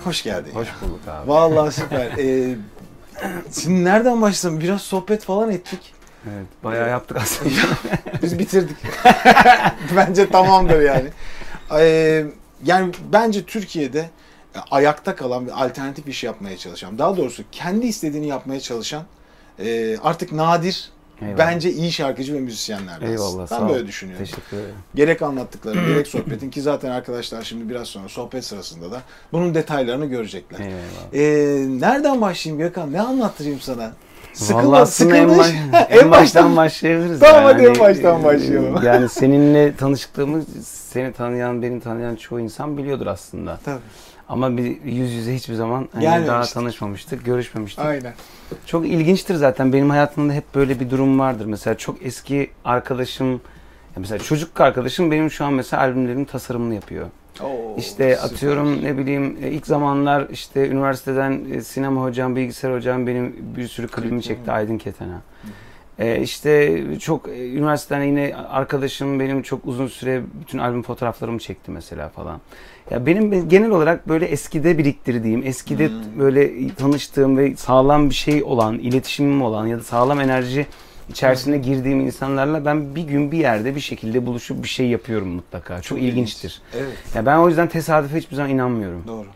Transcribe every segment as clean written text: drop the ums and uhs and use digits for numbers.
Hoş geldin. Hoş bulduk abi. Vallahi süper. Şimdi nereden başlayalım? Biraz sohbet falan ettik. Evet, bayağı yaptık aslında. Biz bitirdik. Bence tamamdır yani. Yani bence Türkiye'de ayakta kalan bir alternatif iş yapmaya çalışan, daha doğrusu kendi istediğini yapmaya çalışan artık nadir, Eyvallah. bence iyi şarkıcı ve müzisyenlerden. Eyvallah, Ben böyle düşünüyorum. Teşekkür ederim. Gerek anlattıkları, gerek sohbetin ki zaten arkadaşlar şimdi biraz sonra sohbet sırasında da bunun detaylarını görecekler. Eyvallah. Nereden başlayayım Gökhan? Ne anlattırayım sana? Vallahi aslında en baştan başlayabiliriz. Tamam, yani. hadi en baştan başlayalım. Yani seninle tanıştığımız, seni tanıyan, beni tanıyan çoğu insan biliyordur aslında. Tabii. Ama bir yüz yüze hiçbir zaman daha tanışmamıştık, görüşmemiştik. Aynen. Çok ilginçtir zaten. Benim hayatımda hep böyle bir durum vardır. Mesela çok eski arkadaşım, mesela çocukluk arkadaşım benim şu an mesela albümlerimin tasarımını yapıyor. İşte süper. Atıyorum ne bileyim ilk zamanlar işte üniversiteden sinema hocam, bilgisayar hocam benim bir sürü klibimi çekti, Aydın Ketena. İşte çok üniversiteden yine arkadaşım benim çok uzun süre bütün albüm fotoğraflarımı çekti mesela falan. Ya benim genel olarak böyle eskide biriktirdiğim, eskide böyle tanıştığım ve sağlam bir şey olan, iletişimim olan ya da sağlam enerji içerisine girdiğim insanlarla ben bir gün bir yerde bir şekilde buluşup bir şey yapıyorum mutlaka. Çok ilginçtir. Evet. Ya ben o yüzden tesadüfe hiçbir zaman inanmıyorum. Doğru.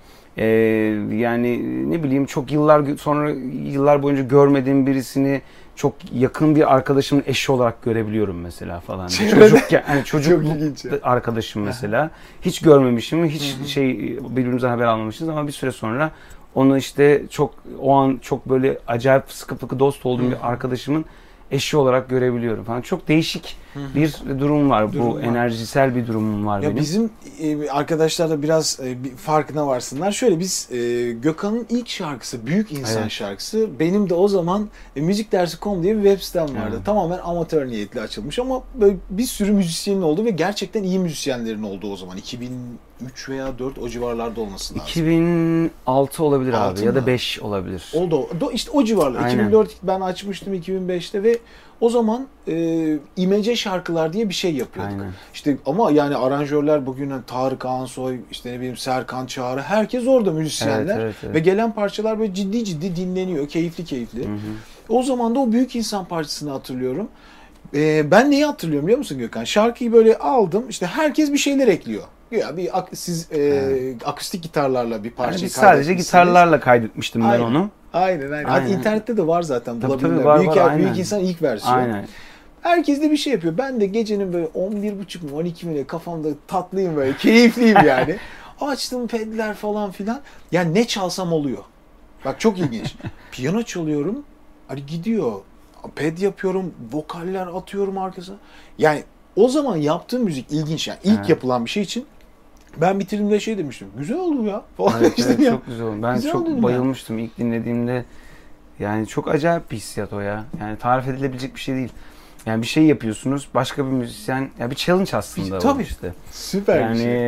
Yani ne bileyim çok yıllar boyunca görmediğim birisini çok yakın bir arkadaşımın eşi olarak görebiliyorum mesela falan. Çocukluk arkadaşım mesela. Hiç görmemişim, hiç birbirimizden haber almamışız ama bir süre sonra onu işte o an çok böyle acayip sıkı fıkı dost olduğum bir arkadaşımın eşi olarak görebiliyorum falan. Çok değişik bir durum var. Bu enerjisel bir durumum var benim. Bizim arkadaşlar da biraz farkına varsınlar. Şöyle biz Gökhan'ın ilk şarkısı, Büyük İnsan şarkısı. Benim de o zaman müzikdersi.com diye bir web sitem vardı. Evet. Tamamen amatör niyetli açılmış ama böyle bir sürü müzisyenin olduğu ve gerçekten iyi müzisyenlerin olduğu o zaman. 2003 veya 4 o civarlarda olması lazım. 2006 olabilir 6 abi mı? Ya da 5 olabilir. Oldu. İşte o civarlar. Aynen. 2004 ben açmıştım 2005'te ve o zaman imece şarkılar diye bir şey yapıyorduk. Aynen. İşte ama yani aranjörler bugün Tarık Ansoy, işte ne bileyim Serkan Çağrı, herkes orada müzisyenler Evet. ve gelen parçalar böyle ciddi dinleniyor, keyifli. O zaman da o Büyük İnsan parçasını hatırlıyorum. Ben neyi hatırlıyorum biliyor musun Gökhan? Şarkıyı böyle aldım, işte herkes bir şeyler ekliyor. Ya siz akustik gitarlarla bir parçayı yani sadece gitarlarla kaydetmiştim ben onu. Aynen. Hadi internette de var zaten, bulabilirler. Var, Büyük İnsan ilk versiyon. Aynen. Herkes de bir şey yapıyor. Ben de gecenin böyle 11.30 mu 12 mi kafamda tatlıyım böyle, keyifliyim yani. Açtım pedler falan filan. Yani ne çalsam oluyor. Bak çok ilginç. Piyano çalıyorum. Hani gidiyor. Ped yapıyorum. Vokaller atıyorum arkasına. Yani o zaman yaptığım müzik ilginç yani. İlk yapılan bir şey için ben bitirdiğimde şey demiştim. Güzel oldu ya. Evet, çok güzel oldu. Ben çok bayılmıştım ilk dinlediğimde. Yani çok acayip bir hissiyat o ya. Yani tarif edilebilecek bir şey değil. Yani bir şey yapıyorsunuz, başka bir müzisyen, ya bir challenge aslında tabii. işte. Süper yani, bir şey.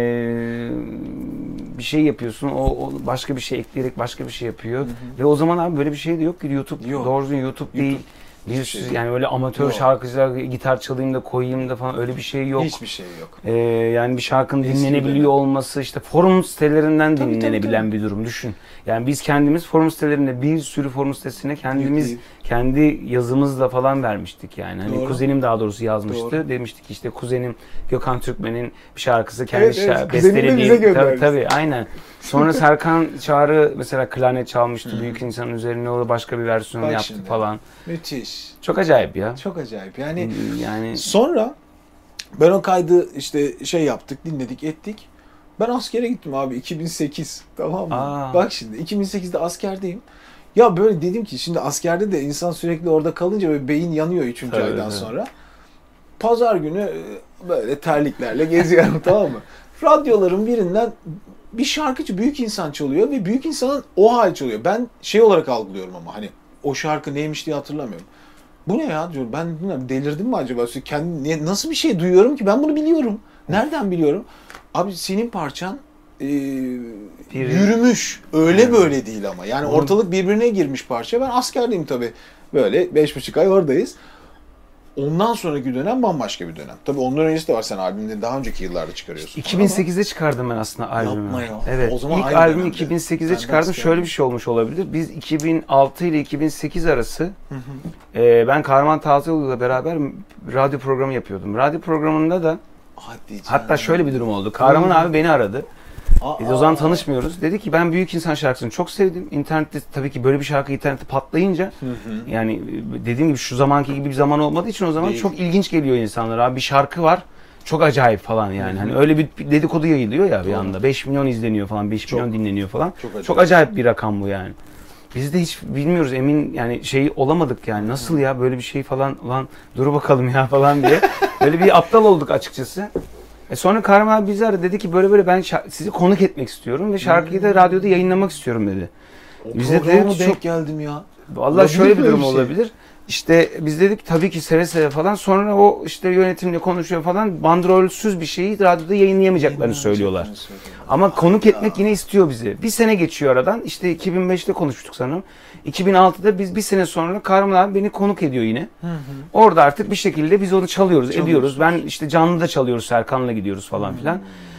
Bir şey yapıyorsun, o başka bir şey ekleyerek başka bir şey yapıyor. Ve o zaman abi böyle bir şey de yok ki doğru düzgün YouTube değil. Yani öyle amatör şarkıcılar gitar çalayım da koyayım da falan öyle bir şey yok. Hiçbir şey yok. Yani bir şarkının dinlenebiliyor olması işte forum sitelerinden dinlenebilen bir durum düşün. Yani biz kendimiz forum sitelerinde bir sürü forum sitesine kendi yazımızla falan vermiştik yani. Hani kuzenim daha doğrusu yazmıştı. Doğru. Demiştik işte kuzenim Gökhan Türkmen'in bir şarkısı kendi bestelediği. Tabii aynen. Sonra Serkan Çağrı mesela klarnet çalmıştı. Büyük İnsan'ın üzerine o da başka bir versiyon yaptı falan. Müthiş. Çok acayip ya. Çok acayip. Yani sonra ben o kaydı işte yaptık, dinledik, ettik. Ben askere gittim abi 2008. Tamam mı? Bak şimdi 2008'de askerdeyim. Ya böyle dedim ki şimdi askerde de insan sürekli orada kalınca böyle beyin yanıyor 3. aydan sonra. Pazar günü böyle terliklerle geziyorum tamam mı? Radyoların birinden bir şarkıcı Büyük İnsan çalıyor ve Büyük İnsan'ın o hal çalıyor. Ben olarak algılıyorum ama hani o şarkı neymiş diye hatırlamıyorum. Bu ne ya diyorum, ben bilmiyorum, delirdim mi acaba? Nasıl bir şey duyuyorum ki ben bunu biliyorum. Nereden biliyorum? Abi senin parçan yürümüş. Öyle böyle değil ama. Yani ortalık birbirine girmiş parça. Ben askerdeyim tabii. Böyle 5,5 ay oradayız. Ondan sonraki dönem bambaşka bir dönem. Tabii ondan öncesi de var, sen albümleri daha önceki yıllarda çıkarıyorsun. 2008'de çıkardım ben aslında albümü. Yapma ya. Evet. O zaman İlk albümü 2008'de çıkardım. Şöyle bir şey olmuş olabilir. Biz 2006 ile 2008 arası ben Kahraman Tazıoğlu'yla beraber radyo programı yapıyordum. Radyo programında da hatta şöyle bir durum oldu. Kahraman abi beni aradı. Biz o zaman tanışmıyoruz. Dedi ki ben Büyük İnsan şarkısını çok sevdim. İnternette tabii ki böyle bir şarkı internette patlayınca yani dediğim gibi şu zamanki gibi bir zaman olmadığı için o zaman değil. Çok ilginç geliyor insanlara. Abi bir şarkı var. Çok acayip falan yani. Hani öyle bir dedikodu yayılıyor ya bir anda. 5 milyon izleniyor falan, 5 milyon dinleniyor falan. Çok acayip bir rakam bu yani. Biz de hiç bilmiyoruz, emin yani şey olamadık yani. Nasıl ya böyle bir şey falan, lan dur bakalım ya falan diye. Böyle bir aptal olduk açıkçası. Sonra Kahraman abi bizi aradı, dedi ki böyle ben sizi konuk etmek istiyorum ve şarkıyı da radyoda yayınlamak istiyorum dedi. Biz de dedik denk geldim ya. Vallahi şöyle bir durum olabilir. İşte biz dedik tabii ki seve seve falan. Sonra o işte yönetimle konuşuyor falan. Bandrolsüz bir şeyi radyoda yayınlayamayacaklarını söylüyorlar. Ama konuk etmek yine istiyor bizi. Bir sene geçiyor aradan. İşte 2005'te konuştuk sanırım. 2006'da biz bir sene sonra Kahraman abi beni konuk ediyor yine. Orada artık bir şekilde biz onu ediyoruz. Ben işte canlı da çalıyoruz, Serkan'la gidiyoruz falan filan.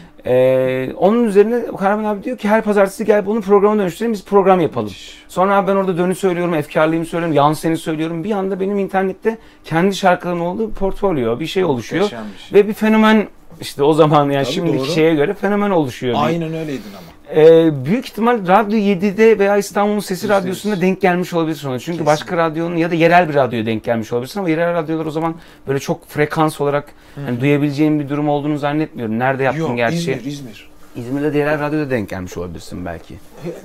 Onun üzerine Kahraman abi diyor ki her pazartesi gel bunu programa dönüştürelim, biz program yapalım. Sonra abi ben orada Dön'ü söylüyorum, Efkarlıyım'ı söylüyorum, Yansen'i söylüyorum. Bir anda benim internette kendi şarkılarım olduğu portfolyo, bir şey oluşuyor. Ve bir fenomen işte o zaman yani tabii şimdiki şeye göre fenomen oluşuyor. Aynen öyleydin ama. Büyük ihtimal Radyo 7'de veya İstanbul'un Sesi Radyosu'nda denk gelmiş olabilir sonra. Çünkü kesin. Başka radyonun ya da yerel bir radyoya denk gelmiş olabilirsin ama yerel radyolar o zaman böyle çok frekans olarak hani duyabileceğin bir durum olduğunu zannetmiyorum. Nerede yaptın yok, gerçi? İzmir. İzmir'de de yerel radyoda denk gelmiş olabilirsin belki.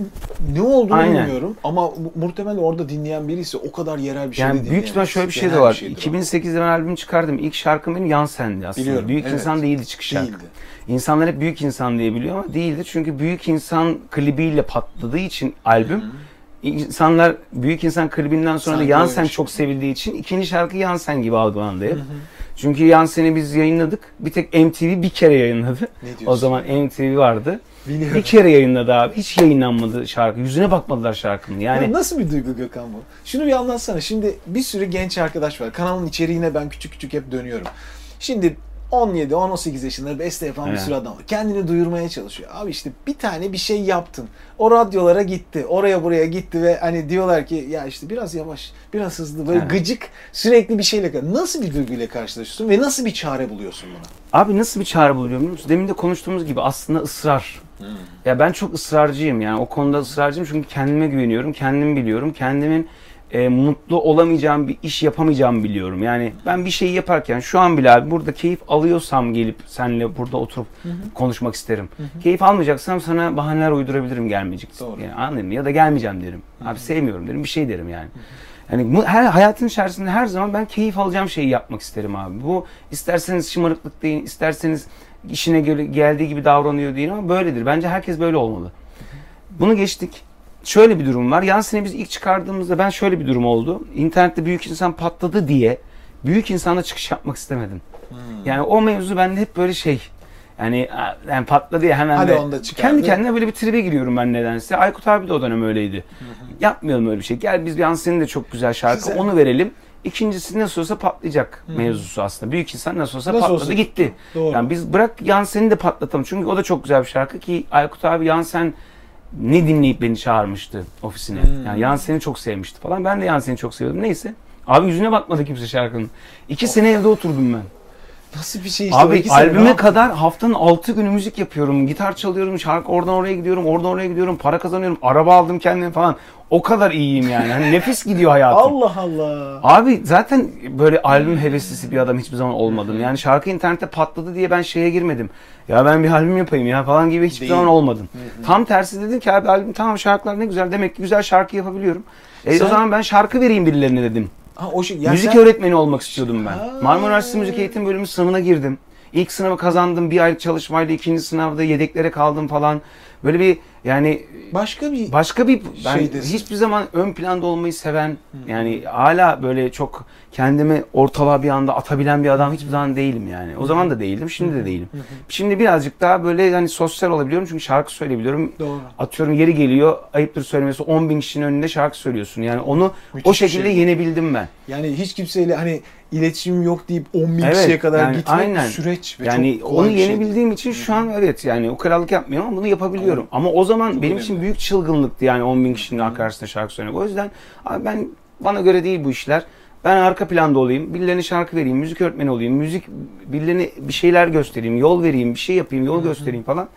Ne olduğunu bilmiyorum ama muhtemelen orada dinleyen birisi o kadar yerel bir şey yani büyük ihtimal şöyle bir şey de var. 2008'de ben albümü çıkardım. İlk şarkım benim Yansen'di aslında. Biliyorum, büyük İnsan değildi çıkış şarkı. İnsanlar hep Büyük İnsan diye biliyor ama değildir. Çünkü Büyük İnsan klibiyle patladığı için albüm, insanlar Büyük İnsan klibinden sonra da Yansen çok sevildiği için ikinci şarkı Yansen gibi algılandı hep. Çünkü Yansen'i biz yayınladık. Bir tek MTV bir kere yayınladı. O zaman MTV vardı. Biliyorum. Bir kere yayınladı abi. Hiç yayınlanmadı şarkı. Yüzüne bakmadılar şarkının. Yani ya nasıl bir duygu Gökhan bu? Şunu bir anlatsana. Şimdi bir sürü genç arkadaş var. Kanalın içeriğine ben küçük küçük hep dönüyorum. Şimdi 17-18 yaşında beste yapan bir sürü adam var. Kendini duyurmaya çalışıyor. Abi işte bir tane bir şey yaptın. O radyolara gitti. Oraya buraya gitti ve hani diyorlar ki ya işte biraz yavaş, biraz hızlı, böyle gıcık, sürekli bir şeyle. Nasıl bir duyguyla karşılaşıyorsun ve nasıl bir çare buluyorsun buna? Abi nasıl bir çare buluyorum biliyor musun? Demin de konuştuğumuz gibi aslında ısrar. Ya ben çok ısrarcıyım yani o konuda ısrarcıyım çünkü kendime güveniyorum, kendimi biliyorum, kendimin mutlu olamayacağım bir iş yapamayacağımı biliyorum. Yani ben bir şeyi yaparken şu an bile abi burada keyif alıyorsam gelip seninle burada oturup konuşmak isterim. Keyif almayacaksam sana bahaneler uydurabilirim gelmeyeceksin. Yani anladın mı? Ya da gelmeyeceğim derim. Abi sevmiyorum derim, bir şey derim yani. Yani her hayatın içerisinde her zaman ben keyif alacağım şeyi yapmak isterim abi. Bu isterseniz şımarıklık deyin, isterseniz işine geldiği gibi davranıyor deyin ama böyledir. Bence herkes böyle olmalı. Bunu geçtik. Şöyle bir durum var. Yansen'i biz ilk çıkardığımızda ben şöyle bir durum oldu. İnternette Büyük İnsan patladı diye Büyük İnsan'da çıkış yapmak istemedim. Yani o mevzu bende hep böyle şey. Yani patladı ya hemen kendi kendine böyle bir tribe giriyorum ben nedense. Aykut abi de o dönem öyleydi. Yapmayalım öyle bir şey. Gel biz bir Yansen'in de çok güzel şarkı onu verelim. İkincisi nasıl olsa patlayacak mevzusu aslında. Büyük İnsan nasıl olsa patladı gitti. Doğru. Yani biz bırak Yansen'i de patlatalım. Çünkü o da çok güzel bir şarkı ki Aykut abi Yansen ne dinleyip beni çağırmıştı ofisine. Yani Yansen'i çok sevmişti falan. Ben de Yansen'i çok seviyordum. Neyse. Abi yüzüne bakmadı kimse şarkının. 2 sene evde oturdum ben. Nasıl bir şey işte? Abi albüme kadar haftanın 6 günü müzik yapıyorum. Gitar çalıyorum. Şarkı oradan oraya gidiyorum. Oradan oraya gidiyorum. Para kazanıyorum. Araba aldım kendime falan. O kadar iyiyim yani. Hani nefis gidiyor hayatım. Allah Allah. Abi zaten böyle albüm heveslisi bir adam hiçbir zaman olmadım. Yani şarkı internette patladı diye ben şeye girmedim. Ya ben bir albüm yapayım ya falan gibi hiçbir zaman olmadım. Tam tersi dedim ki abi albüm tamam şarkılar ne güzel. Demek ki güzel şarkı yapabiliyorum. O zaman ben şarkı vereyim birilerine dedim. Müzik öğretmeni olmak istiyordum ben. Marmara Üniversitesi Müzik Eğitim Bölümü sınavına girdim. İlk sınavı kazandım. 1 aylık çalışmayla ikinci sınavda yedeklere kaldım falan. Böyle bir yani başka bir ben hiçbir zaman ön planda olmayı seven yani hala böyle çok kendimi ortalığa bir anda atabilen bir adam hiçbir zaman değilim yani. O zaman da değildim, şimdi de değilim. Şimdi birazcık daha böyle hani sosyal olabiliyorum çünkü şarkı söyleyebiliyorum. Doğru. Atıyorum yeri geliyor, ayıptır söylemesi 10.000 kişinin önünde şarkı söylüyorsun. Yani onu müthiş o şekilde yenebildim ben. Yani hiç kimseyle hani iletişimim yok deyip 10.000 kişiye kadar yani gitmek aynen. süreç. Ve yani çok onu yenebildiğim için şu an evet yani ukalalık yapmıyorum ama bunu yapabiliyorum. Ama o zaman çok benim önemli. için büyük çılgınlıktı yani 10.000 kişinin arka arasında şarkı söylemek. O yüzden abi bana göre değil bu işler. Ben arka planda olayım, birilerine şarkı vereyim, müzik öğretmeni olayım, birilerine bir şeyler göstereyim, yol vereyim, bir şey yapayım, yol göstereyim falan.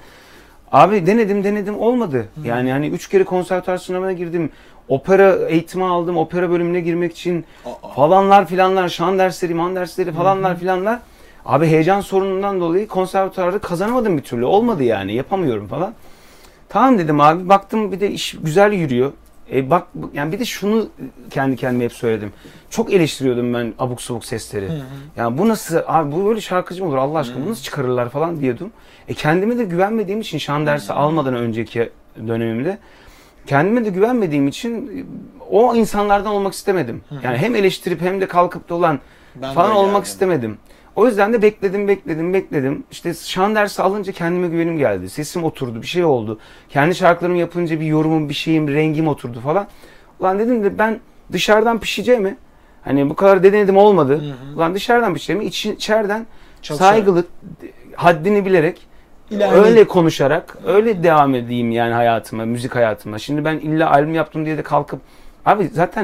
Abi denedim olmadı. Yani hani 3 kere konservatuar sınavına girdim. Opera eğitimi aldım. Opera bölümüne girmek için falanlar filanlar, şan dersleri, man dersleri falanlar filanlar. Abi heyecan sorunundan dolayı konservatuarda kazanamadım bir türlü. Olmadı yani. Yapamıyorum falan. Tamam dedim abi. Baktım bir de iş güzel yürüyor. Bak yani bir de şunu kendi kendime hep söyledim. Çok eleştiriyordum ben abuk sabuk sesleri. Yani bu nasıl abi bu böyle şarkıcı mı olur Allah aşkına bu nasıl çıkarırlar falan diyordum. Kendime de güvenmediğim için şan dersi almadan önceki dönemimde kendime de güvenmediğim için o insanlardan olmak istemedim. Yani hem eleştirip hem de kalkıp da olan falan olmak istemedim. O yüzden de bekledim. İşte şan dersi alınca kendime güvenim geldi. Sesim oturdu, bir şey oldu. Kendi şarkılarımı yapınca bir yorumum, bir şeyim, rengim oturdu falan. Ulan dedim de ben dışarıdan pişeceğimi, hani bu kadar denedim olmadı. Ulan dışarıdan pişeceğimi, içeriden saygılı, haddini bilerek, öyle konuşarak, öyle devam edeyim yani hayatıma, müzik hayatıma. Şimdi ben illa albüm yaptım diye de kalkıp, abi zaten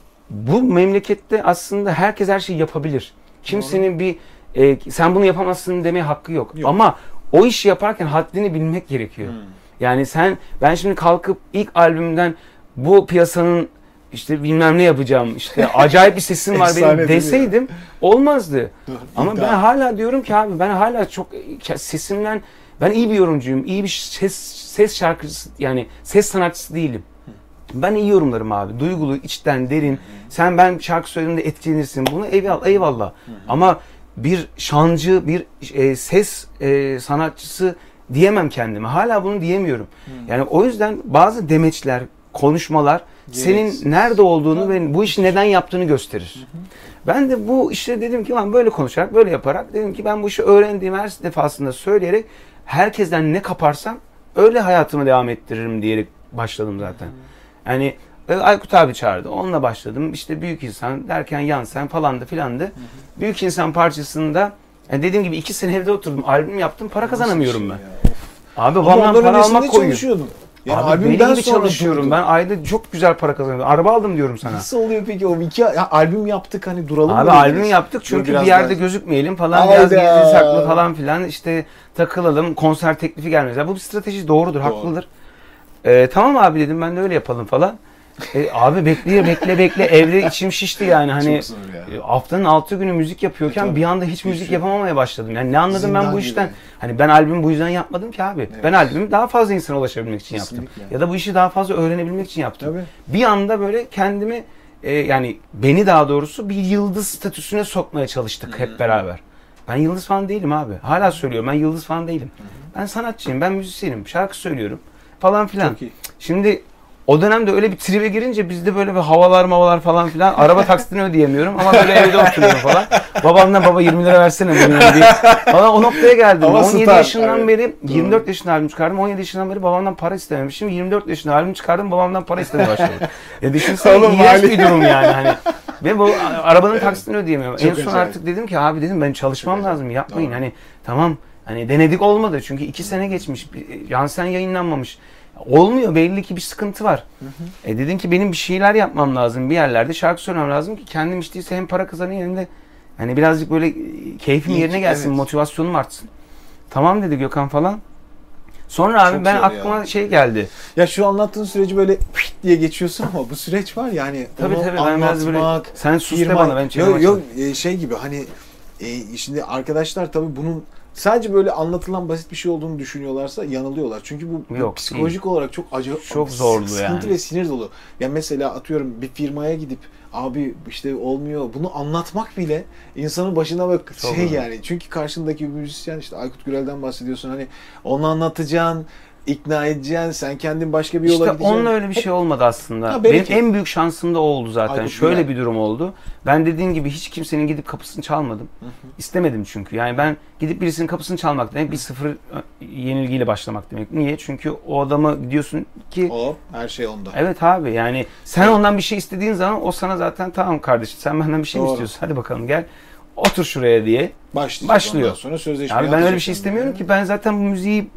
bu memlekette aslında herkes her şeyi yapabilir. Kimsenin sen bunu yapamazsın demeye hakkı yok. Ama o işi yaparken haddini bilmek gerekiyor. Yani ben şimdi kalkıp ilk albümden bu piyasanın işte bilmem ne yapacağım, işte acayip bir sesim var benim deseydim olmazdı. Ama ben hala diyorum ki abi ben hala çok sesimden ben iyi bir yorumcuyum, iyi bir ses şarkıcısı yani ses sanatçısı değilim. Ben iyi yorumlarım abi. Duygulu, içten, derin. Ben şarkı söylediğimde etkilenirsin. Bunu eyvallah. Ama bir şancı, bir ses sanatçısı diyemem kendime. Hala bunu diyemiyorum. Yani o yüzden bazı demeçler, konuşmalar senin nerede olduğunu ve bu işi neden yaptığını gösterir. Ben de bu işte dedim ki lan böyle konuşarak, böyle yaparak dedim ki ben bu işi öğrendiğim her defasında söyleyerek herkesten ne kaparsam öyle hayatımı devam ettiririm diyerek başladım zaten. Yani Aykut abi çağırdı. Onunla başladım. İşte Büyük İnsan derken Yan Sen falandı filandı. Büyük İnsan parçasında yani dediğim gibi 2 sene evde oturdum. Albüm yaptım. Para kazanamıyorum ben. Abi babamdan para almak koyuyor. Yani abi albümden sonra çalışıyorum. Ben ayda çok güzel para kazanıyorum. Araba aldım diyorum sana. Nasıl oluyor peki o albüm yaptık hani duralım mı? Abi albüm yaptık çünkü bir yerde gözükmeyelim falan. Biraz gizli saklı falan filan işte takılalım. Konser teklifi gelmez. Bu bir strateji doğrudur, haklıdır. Tamam abi dedim ben de öyle yapalım falan. Abi bekle evde içim şişti yani hani haftanın 6 günü müzik yapıyorken bir anda hiç müzik yapamamaya başladım. Yani ne anladım ben bu işten? Hani ben albümü bu yüzden yapmadım ki abi. Evet. Ben albümü daha fazla insana ulaşabilmek için yaptım. Ya da bu işi daha fazla öğrenebilmek için yaptım. Tabii. Bir anda böyle kendimi yani beni daha doğrusu bir yıldız statüsüne sokmaya çalıştık hep beraber. Ben yıldız falan değilim abi. Hala söylüyorum ben yıldız falan değilim. Ben sanatçıyım, ben müzisyenim, şarkı söylüyorum falan filan. Şimdi o dönemde öyle bir tribe girince bizde böyle bir havalar falan filan. Araba taksitini ödeyemiyorum ama böyle evde oturuyorum falan. Babamdan baba 20 lira versene diye. Falan o noktaya geldim. Ama 17 yaşından beri 24 yaşında albüm çıkardım. 17 yaşından beri babamdan para istememişim. 24 yaşında albüm çıkardım babamdan para istemeye başladım. Düşünsene iğrenç bir durum yani. Hani. Ve bu arabanın taksitini ödeyemiyorum. En son artık dedim ki abi dedim ben çalışmam lazım yapmayın. Hani tamam hani denedik olmadı. Çünkü 2 sene geçmiş. Yan Sen yayınlanmamış. Olmuyor belli ki bir sıkıntı var. Dedim ki benim bir şeyler yapmam lazım bir yerlerde şarkı söylemem lazım ki kendim işteyse hem para kazanayım hem de hani birazcık böyle keyfim yerine gelsin motivasyonum artsın. Tamam dedi Gökhan falan. Sonra abi ben aklıma şey geldi. Ya şu anlattığın süreci böyle diye geçiyorsun ama bu süreç var yani. Tabii ben biraz böyle sen sus de bana ben yok şey gibi hani şimdi arkadaşlar tabii bunun sadece böyle anlatılan basit bir şey olduğunu düşünüyorlarsa yanılıyorlar. Çünkü bu psikolojik olarak çok acayip çok zorlu sıkıntı ve sinir dolu. Ya mesela atıyorum bir firmaya gidip abi işte olmuyor bunu anlatmak bile insanın başına bak yani. Çünkü karşındaki bir müzisyen işte Aykut Gürel'den bahsediyorsun hani onu anlatacaksın ikna edeceksin, sen kendin başka bir yola İşte gideceksin. onunla öyle bir şey olmadı aslında. Ha, benim en büyük şansım da o oldu zaten. Ay, şöyle güzel bir durum oldu. Ben dediğin gibi hiç kimsenin gidip kapısını çalmadım. İstemedim çünkü. Yani ben gidip birisinin kapısını çalmak demek bir sıfır yenilgiyle başlamak demek. Niye? Çünkü o adamı gidiyorsun ki her şey onda. Evet abi, yani sen ondan bir şey istediğin zaman o sana zaten tamam kardeşim sen benden bir şey mi istiyorsun? Hadi bakalım gel otur şuraya diye başlıyor. Sonra sözleşme abi ben öyle bir şey istemiyorum ki. Ben zaten bu müziği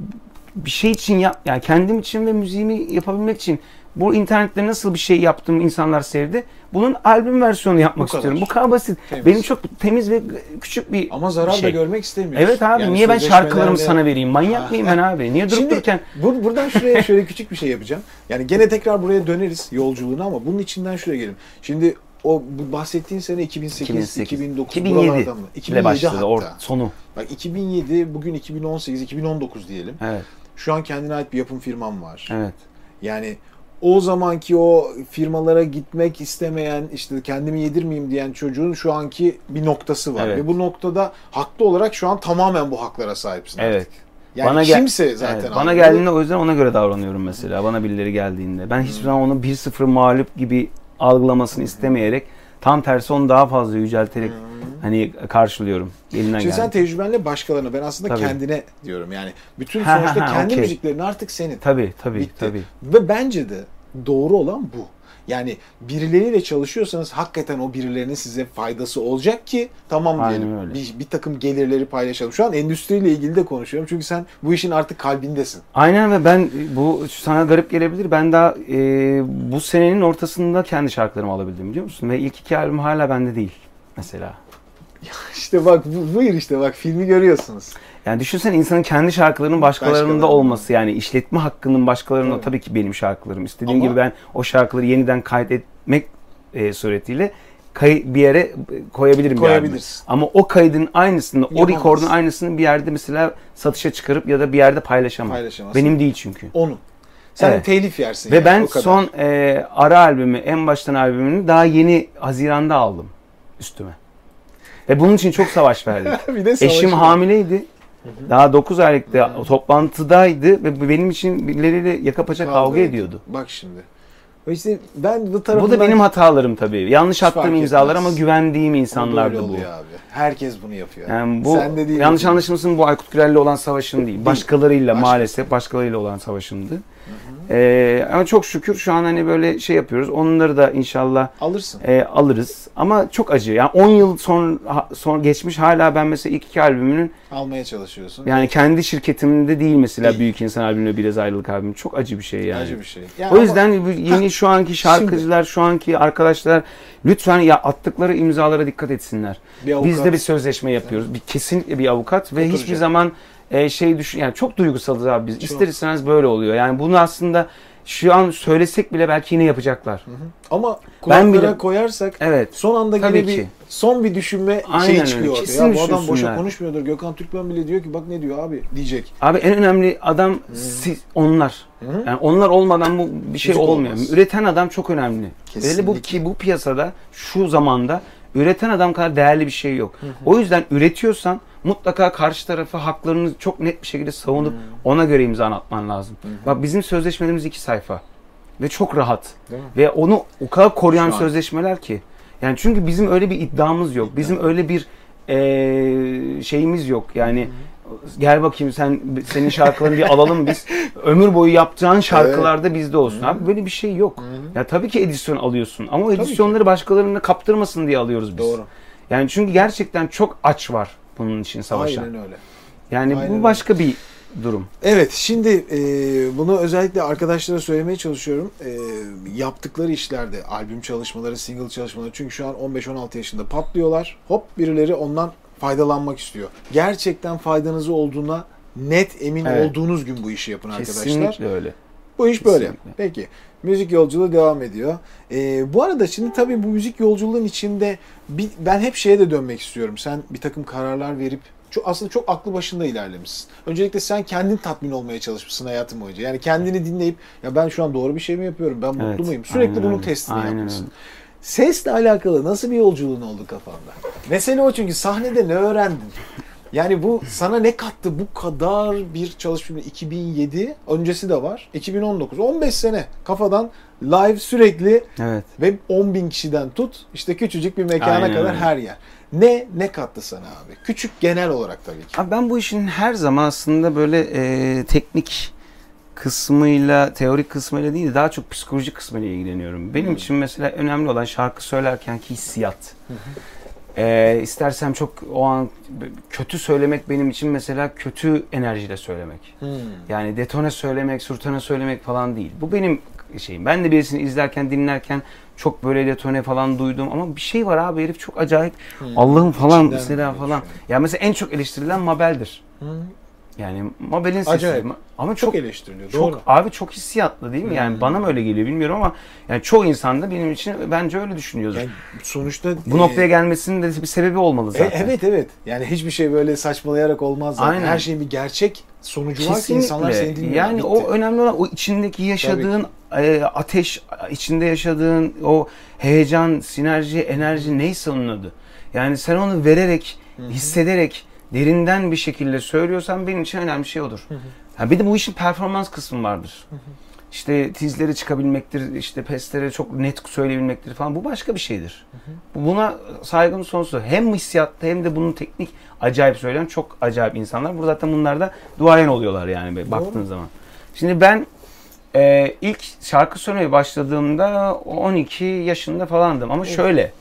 bir şey için yani kendim için ve müziğimi yapabilmek için bu internette nasıl bir şey yaptım insanlar sevdi. Bunun albüm versiyonu yapmak istiyorum. Bu kadar basit. Temiz. Benim çok temiz ve küçük bir ama zarar şey. da görmek istemiyorsun. Evet abi, yani niye ben şarkılarımı sana vereyim? Manyak mıyım ben abi? Niye durup dururken? Buradan şuraya şöyle küçük bir şey yapacağım. Yani gene tekrar buraya döneriz yolculuğuna ama bunun içinden şuraya gelelim. Şimdi o bahsettiğin sene 2008, 2009 2007 mı? 2007 başladı sonu. Bak 2007, bugün 2018, 2019 diyelim. Evet. Şu an kendine ait bir yapım firman var. Evet. Yani o zamanki o firmalara gitmek istemeyen, işte kendimi yedirmeyeyim diyen çocuğun şu anki bir noktası var. Evet. Ve bu noktada haklı olarak şu an tamamen bu haklara sahipsin. Evet. Artık. Yani bana kimse zaten evet, bana geldiğinde o yüzden ona göre davranıyorum mesela. Bana birileri geldiğinde. Ben hiçbir zaman onu 1-0 mağlup gibi algılamasını istemeyerek, tam tersi onu daha fazla yücelterek hani karşılıyorum. Elinden şimdi sen tecrübenle başkalarına, ben aslında kendine diyorum. Yani bütün sonuçta kendi müziklerin artık senin. Tabii. Ve bence de doğru olan bu. Yani birileriyle çalışıyorsanız hakikaten o birilerinin size faydası olacak ki tamam diyelim. Bir takım gelirleri paylaşalım. Şu an endüstriyle ilgili de konuşuyorum. Çünkü sen bu işin artık kalbindesin. Aynen ve ben bu sana garip gelebilir. Ben daha bu senenin ortasında kendi şarkılarımı alabildim biliyor musun? Ve ilk 2 albüm hala bende değil mesela. İşte bak buyur işte bak filmi görüyorsunuz. Yani düşünsene insanın kendi şarkılarının başkalarında olması, yani işletme hakkının başkalarında tabii ki benim şarkılarım. İstediğim gibi ben o şarkıları yeniden kaydetmek suretiyle bir yere koyabilirim. Ama o kaydın aynısını, o record'un aynısını bir yerde mesela satışa çıkarıp ya da bir yerde paylaşamam. Benim değil çünkü. Onun. Sen telif yersin. Ve yani, ben son ara albümü, en baştan albümünü daha yeni Haziran'da aldım üstüme. Ve bunun için çok savaş verdik. Eşim hamileydi. Daha 9 aylıkta toplantıdaydı ve benim için birileriyle yaka paça kavga ediyordu. Bak şimdi. İşte ben bu tarafından... Bu da benim hatalarım tabii. Yanlış attığım imzalar ama güvendiğim insanlardı bu. Abi. Herkes bunu yapıyor. Yani bu yanlış anlaşılmasın, bu Aykut Gürel'le olan savaşım değil. Başkalarıyla maalesef başkalarıyla olan savaşımdı. Ama çok şükür şu an hani böyle şey yapıyoruz. Onları da inşallah alırız. Ama çok acı. Yani 10 yıl sonra geçmiş, hala ben mesela ilk 2 albümünün almaya çalışıyorsun. Yani kendi şirketimde değil mesela Büyük İnsan albümüyle Biraz Ayrılık albümü. Çok acı bir şey yani. Acı bir şey. Yani o yüzden yeni şu anki şarkıcılar, şu anki arkadaşlar lütfen attıkları imzalara dikkat etsinler. Biz de bir sözleşme yapıyoruz. Kesinlikle bir avukat ve hiçbir zaman yani çok duygusalız abi biz. Çok. İster istemez böyle oluyor. Yani bunu aslında şu an söylesek bile belki yine yapacaklar. Ama kulaklara koyarsak son anda yine son bir düşünme çıkıyor ortaya. Ya bu adam boşa konuşmuyordur. Gökhan Türkmen bile diyor ki bak ne diyor abi diyecek. Abi en önemli adam onlar. Yani onlar olmadan bu bir şey olmuyor. Üreten adam çok önemli. Öyle bu piyasada şu zamanda üreten adam kadar değerli bir şey yok. O yüzden üretiyorsan mutlaka karşı tarafı haklarını çok net bir şekilde savunup ona göre imza atman lazım. Bak bizim sözleşmelerimiz 2 sayfa ve çok rahat. Ve onu o kadar koruyan sözleşmeler ki. Yani çünkü bizim öyle bir iddiamız yok. Bizim öyle bir şeyimiz yok. Yani gel bakayım senin şarkılarını bir alalım biz. Ömür boyu yapacağın şarkılarda bizde olsun. Abi böyle bir şey yok. Ya tabii ki edisyon alıyorsun ama o edisyonları başkalarına kaptırmasın diye alıyoruz biz. Doğru. Yani çünkü gerçekten çok aç var bunun için savaşan. Aynen öyle. Yani bu başka bir durum. Evet, şimdi bunu özellikle arkadaşlara söylemeye çalışıyorum. Yaptıkları işlerde, albüm çalışmaları, single çalışmaları, çünkü şu an 15-16 yaşında patlıyorlar. Hop birileri ondan faydalanmak istiyor. Gerçekten faydanız olduğuna net emin olduğunuz gün bu işi yapın arkadaşlar. Kesinlikle öyle. Bu iş böyle. Peki. Müzik yolculuğu devam ediyor. Bu arada şimdi tabii bu müzik yolculuğun içinde ben hep şeye de dönmek istiyorum. Sen bir takım kararlar verip aslında çok aklı başında ilerlemişsin. Öncelikle sen kendin tatmin olmaya çalışmışsın hayatın boyunca. Yani kendini dinleyip ya ben şu an doğru bir şey mi yapıyorum? Ben mutlu muyum? Sürekli bunun testini yapmışsın. Sesle alakalı nasıl bir yolculuğun oldu kafanda? Mesele o, çünkü sahnede ne öğrendin? Yani bu sana ne kattı bu kadar bir çalışma? 2007 öncesi de var. 2019 15 sene kafadan live sürekli ve 10.000 kişiden tut işte küçücük bir mekana kadar her yer. Ne kattı sana abi? Küçük genel olarak tabii ki. Abi ben bu işin her zaman aslında böyle teknik kısmıyla, teorik kısmıyla değil, daha çok psikolojik kısmıyla ilgileniyorum. Benim için mesela önemli olan şarkı söylerkenki hissiyat. İstersem çok o an kötü söylemek benim için mesela kötü enerjiyle söylemek. Yani detone söylemek, sürtone söylemek falan değil. Bu benim şeyim. Ben de birisini izlerken, dinlerken çok böyle detone falan duydum ama bir şey var abi, herif çok acayip. Allah'ım falan mesela falan. Ya mesela en çok eleştirilen Mabel'dir. Yani Mabel'in sesi ama çok eleştiriliyor. Çok, doğru. Abi çok hissiyatlı değil mi? Yani bana mı öyle geliyor bilmiyorum ama yani çoğu insan da benim için bence öyle düşünüyordur. Yani sonuçta bu noktaya gelmesinin de bir sebebi olmalı zaten. Evet. Yani hiçbir şey böyle saçmalayarak olmaz zaten. Aynen. Her şeyin bir gerçek sonucu var ki insanlar seni dinliyor. Yani bitti. O önemli olan o içindeki yaşadığın ateş, içinde yaşadığın o heyecan, sinerji, enerji neyse onun adı. Yani sen onu vererek, hissederek derinden bir şekilde söylüyorsan benim için önemli şey odur. Bir de bu işin performans kısmı vardır. İşte tizlere çıkabilmektir, işte pestlere çok net söyleyebilmektir falan. Bu başka bir şeydir. Buna saygım sonsuz. Hem hissiyatta hem de bunun teknik acayip söyleyen çok acayip insanlar. Bu zaten bunlar da duayen oluyorlar yani baktığın zaman. Şimdi ben ilk şarkı söylemeye başladığımda 12 yaşında falandım ama şöyle.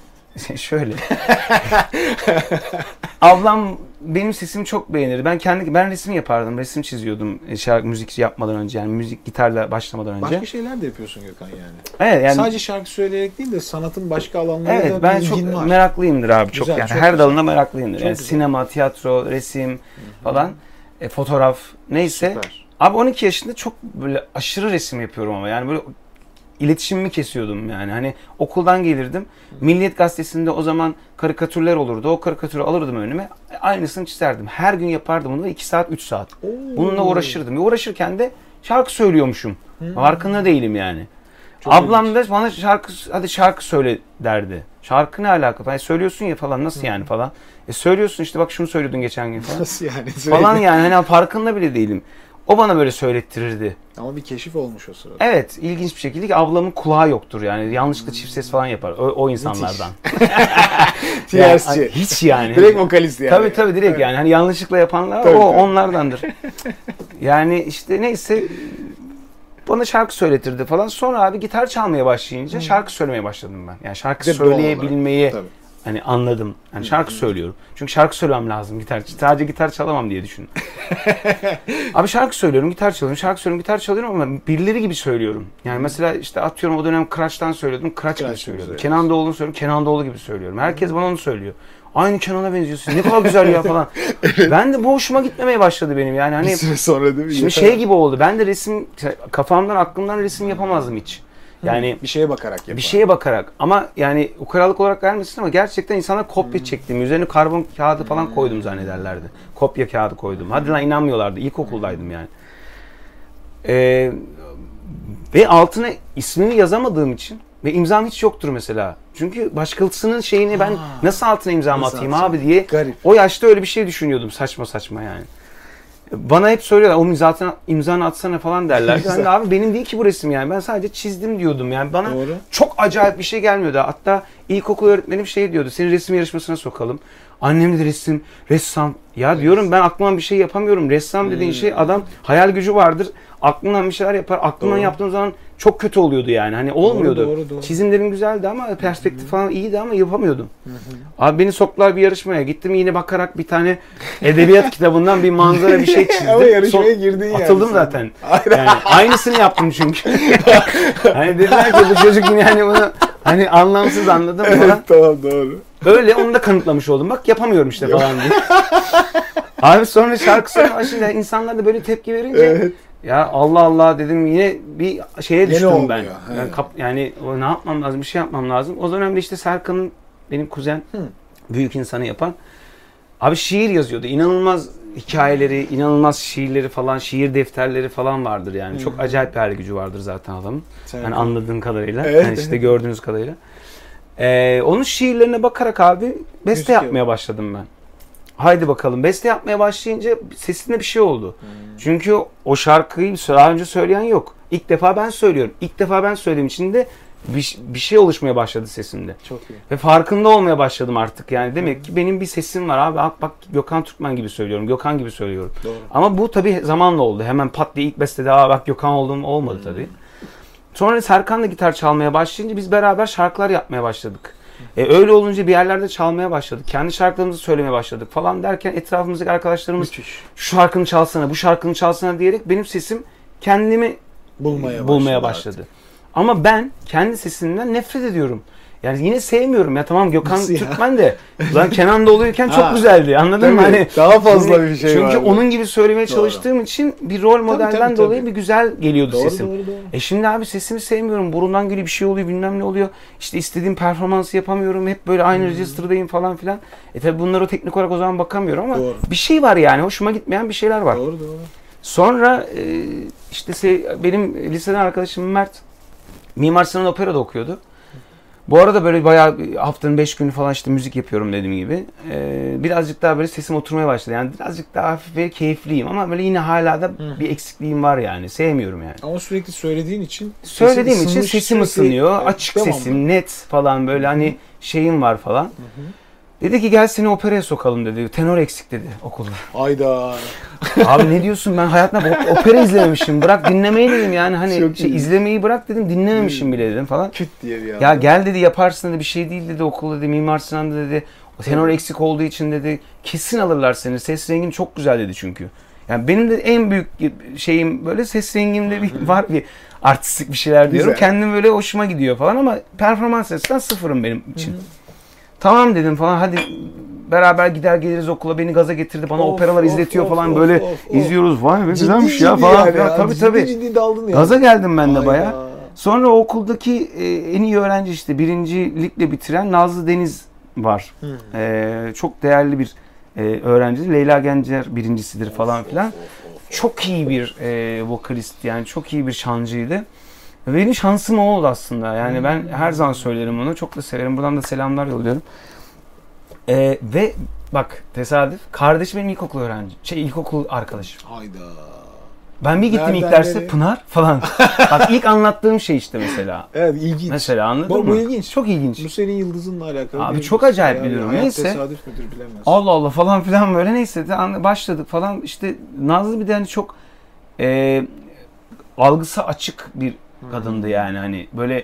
Ablam benim sesimi çok beğenirdi. Ben resim yapardım. Resim çiziyordum müzik yapmadan önce. Yani müzik gitarla başlamadan önce. Başka şeyler de yapıyorsun Gökhan yani. Evet yani. Sadece şarkı söyleyerek değil de sanatın başka alanlarında da ben çok var. Meraklıyımdır abi. Güzel, yani çok her dalında meraklıyımdır. Çok yani güzel. Sinema, tiyatro, resim falan, fotoğraf neyse. Süper. Abi 12 yaşında çok böyle aşırı resim yapıyorum ama yani böyle İletişimimi kesiyordum yani. Hani okuldan gelirdim. Milliyet Gazetesi'nde o zaman karikatürler olurdu. O karikatürü alırdım önüme. Aynısını çizerdim. Her gün yapardım bunu da 2 saat, 3 saat. Bununla uğraşırdım. Uğraşırken de şarkı söylüyormuşum. Farkında değilim yani. Çok ablam ilginç. Da bana hadi şarkı söyle derdi. Şarkı ne alaka? Yani söylüyorsun ya falan, nasıl yani falan. Söylüyorsun işte, bak şunu söylüyordun geçen gün falan. Nasıl yani? Falan yani hani farkında bile değilim. O bana böyle söylettirirdi. Ama bir keşif olmuş o sırada. Evet, ilginç bir şekilde ki ablamın kulağı yoktur yani. Yanlışlıkla çift ses falan yapar. O insanlardan. TRC. Hiç yani. Direkt vokalist yani. Tabii direkt yani. Hani yanlışlıkla yapanlar tabii. Onlardandır. Yani işte neyse bana şarkı söyletirdi falan. Sonra abi gitar çalmaya başlayınca şarkı söylemeye başladım ben. Yani şarkı söyleyebilmeyi hani anladım. Yani şarkı söylüyorum. Çünkü şarkı söylemem lazım gitar. Sadece gitar çalamam diye düşündüm. Abi şarkı söylüyorum, gitar çalıyorum. Şarkı söylüyorum, gitar çalıyorum ama birileri gibi söylüyorum. Yani mesela işte atıyorum o dönem Kıraç'tan söylüyordum. Kıraç gibi söylüyordum. Kenan Doğulu'nu söylüyorum. Kenan Doğulu gibi söylüyorum. Herkes bana onu söylüyor. Aynı Kenan'a benziyorsun. Ne kadar güzel ya falan. Ben de bu hoşuma gitmemeye başladı benim. Yani hani bir süre sonra değil mi? Şimdi şey gibi oldu. Ben de resim kafamdan, aklımdan resim yapamazdım hiç. Yani bir şeye bakarak yapar. Bir şeye bakarak ama yani ukalalık olarak vermesin ama gerçekten insanlar kopya çektim. Üzerine karbon kağıdı falan koydum zannederlerdi. Kopya kağıdı koydum. Hadi lan inanmıyorlardı. İlkokuldaydım yani. Ve altına ismini yazamadığım için ve imzam hiç yoktur mesela. Çünkü başkasının şeyini ben nasıl altına imzamı atayım abi diye. Garip. O yaşta öyle bir şey düşünüyordum saçma yani. Bana hep söylüyorlar o imzanı atsana falan derler. Ben de abi benim değil ki bu resim yani. Ben sadece çizdim diyordum yani. Bana çok acayip bir şey gelmiyordu. Hatta ilkokul öğretmenim şey diyordu. Seni resim yarışmasına sokalım. Annem de ressam. Ya diyorum ben aklımdan bir şey yapamıyorum. Ressam dediğin şey adam hayal gücü vardır. Aklından bir şeyler yapar. Aklımdan yaptığım zaman çok kötü oluyordu yani. Hani olmuyordu. Doğru. Çizimlerim güzeldi ama perspektif falan iyiydi ama yapamıyordum. Abi beni soktular bir yarışmaya. Gittim yine bakarak bir tane edebiyat kitabından bir manzara bir şey çizdim. Ama yarışmaya girdin yani. Atıldım zaten. Yani aynısını yaptım çünkü. Hani dediler ki bu çocuk yine hani bunu hani anlamsız anladım falan. Evet, tamam doğru. Öyle onu da kanıtlamış oldum. Bak yapamıyorum işte falan diye. Abi sonra şarkı söylemeye başlayınca insanlar da böyle tepki verince ya Allah Allah dedim yine bir şeye düştüm ben. Yani ne yapmam lazım, bir şey yapmam lazım. O dönemde işte Serkan'ın benim kuzen büyük insanı yapan abi şiir yazıyordu. İnanılmaz hikayeleri, inanılmaz şiirleri falan, şiir defterleri falan vardır yani. Çok acayip bir hayal gücü vardır zaten adamın. Yani anladığın kadarıyla. Yani işte gördüğünüz kadarıyla. Onun şiirlerine bakarak abi beste yapmaya başladım ben. haydi bakalım. Beste yapmaya başlayınca sesinde bir şey oldu. Çünkü o şarkıyı daha önce söyleyen yok. İlk defa ben söylüyorum. İlk defa ben söylediğim için de bir şey oluşmaya başladı sesimde. Çok iyi. Ve farkında olmaya başladım artık. Yani demek ki benim bir sesim var abi. Bak Gökhan Türkmen gibi söylüyorum. Gökhan gibi söylüyorum. Doğru. Ama bu tabii zamanla oldu. Hemen pat diye ilk bestede bak Gökhan olduğum olmadı tabii. Sonra Serkan'la gitar çalmaya başlayınca biz beraber şarkılar yapmaya başladık. Öyle olunca bir yerlerde çalmaya başladık. Kendi şarkılarımızı söylemeye başladık falan derken etrafımızdaki arkadaşlarımız şu şarkını çalsana, bu şarkını çalsana diyerek benim sesim kendimi bulmaya başladı. Ama ben kendi sesimden nefret ediyorum. Yani yine sevmiyorum ya, tamam Gökhan Türkmen de lan Kenan'da oluyorken çok güzeldi, anladın mı? Hani daha fazla bir şey çünkü vardı. onun gibi söylemeye çalıştığım için bir rol modelden dolayı bir güzel geliyordu sesim. Doğru. Şimdi abi sesimi sevmiyorum. Burundan gülü bir şey oluyor, bilmem ne oluyor. İşte istediğim performansı yapamıyorum. Hep böyle aynı register'dayım falan filan. Tabii bunlara teknik olarak o zaman bakamıyorum ama bir şey var yani. Hoşuma gitmeyen bir şeyler var. Doğru. Sonra işte benim liseden arkadaşım Mert Mimar Sinan Opera'da okuyordu. Bu arada böyle bayağı haftanın 5 günü falan işte müzik yapıyorum dediğim gibi. Birazcık daha böyle sesim oturmaya başladı. Yani birazcık daha hafif ve keyifliyim ama böyle yine hala da bir eksikliğim var yani. Sevmiyorum yani. Ama sürekli söylediğin için sesim ısınıyor. Evet, açık sesim, net falan böyle hani şeyim var falan. Dedi ki gel seni operaya sokalım dedi. Tenor eksik dedi okulda. Hayda. Abi ne diyorsun, ben hayatımda opera izlememişim. Bırak dinlemeyi dedim yani hani izlemeyi bırak dedim, dinlememişim bile dedim falan. Küt diye bir ya gel dedi, yaparsın dedi, bir şey değil dedi, okul dedi, Mimar Sinan'da dedi. O tenor eksik olduğu için dedi kesin alırlar seni. Ses rengin çok güzel dedi çünkü. Yani benim de en büyük şeyim böyle ses rengimde var bir artistik bir şeyler diyorum. Güzel. Kendim böyle hoşuma gidiyor falan ama performans açısından sıfırım benim için. Tamam dedim falan, hadi beraber gider geliriz okula, beni gaza getirdi, bana operalar izletiyor falan böyle izliyoruz. Vay be güzelmiş ya falan. Yani ya. Tabii. Ciddi daldın ya. Gaza geldim ben de bayağı. Sonra okuldaki en iyi öğrenci işte birincilikle bitiren Nazlı Deniz var. Çok değerli bir öğrenci. Leyla Gencer birincisidir falan filan. Çok iyi bir vokalist yani, çok iyi bir şancıydı. Benim şansım o oldu aslında. Yani ben her zaman söylerim onu. Çok da severim. Buradan da selamlar yolluyorum. Ve bak tesadüf. Kardeşim benim ilkokul arkadaşım. Hayda. Ben bir gittim ilk derse Pınar falan. Bak ilk anlattığım şey işte mesela. Evet, ilginç. Mesela anladın mı? Bu ilginç. Çok ilginç. Bu senin yıldızınla alakalı. Abi çok acayip bir durum. Neyse. Tesadüf müdür bilemez. Allah Allah falan filan böyle neyse. Başladık falan. İşte Nazlı bir de hani çok algısı açık bir kadındı yani, hani böyle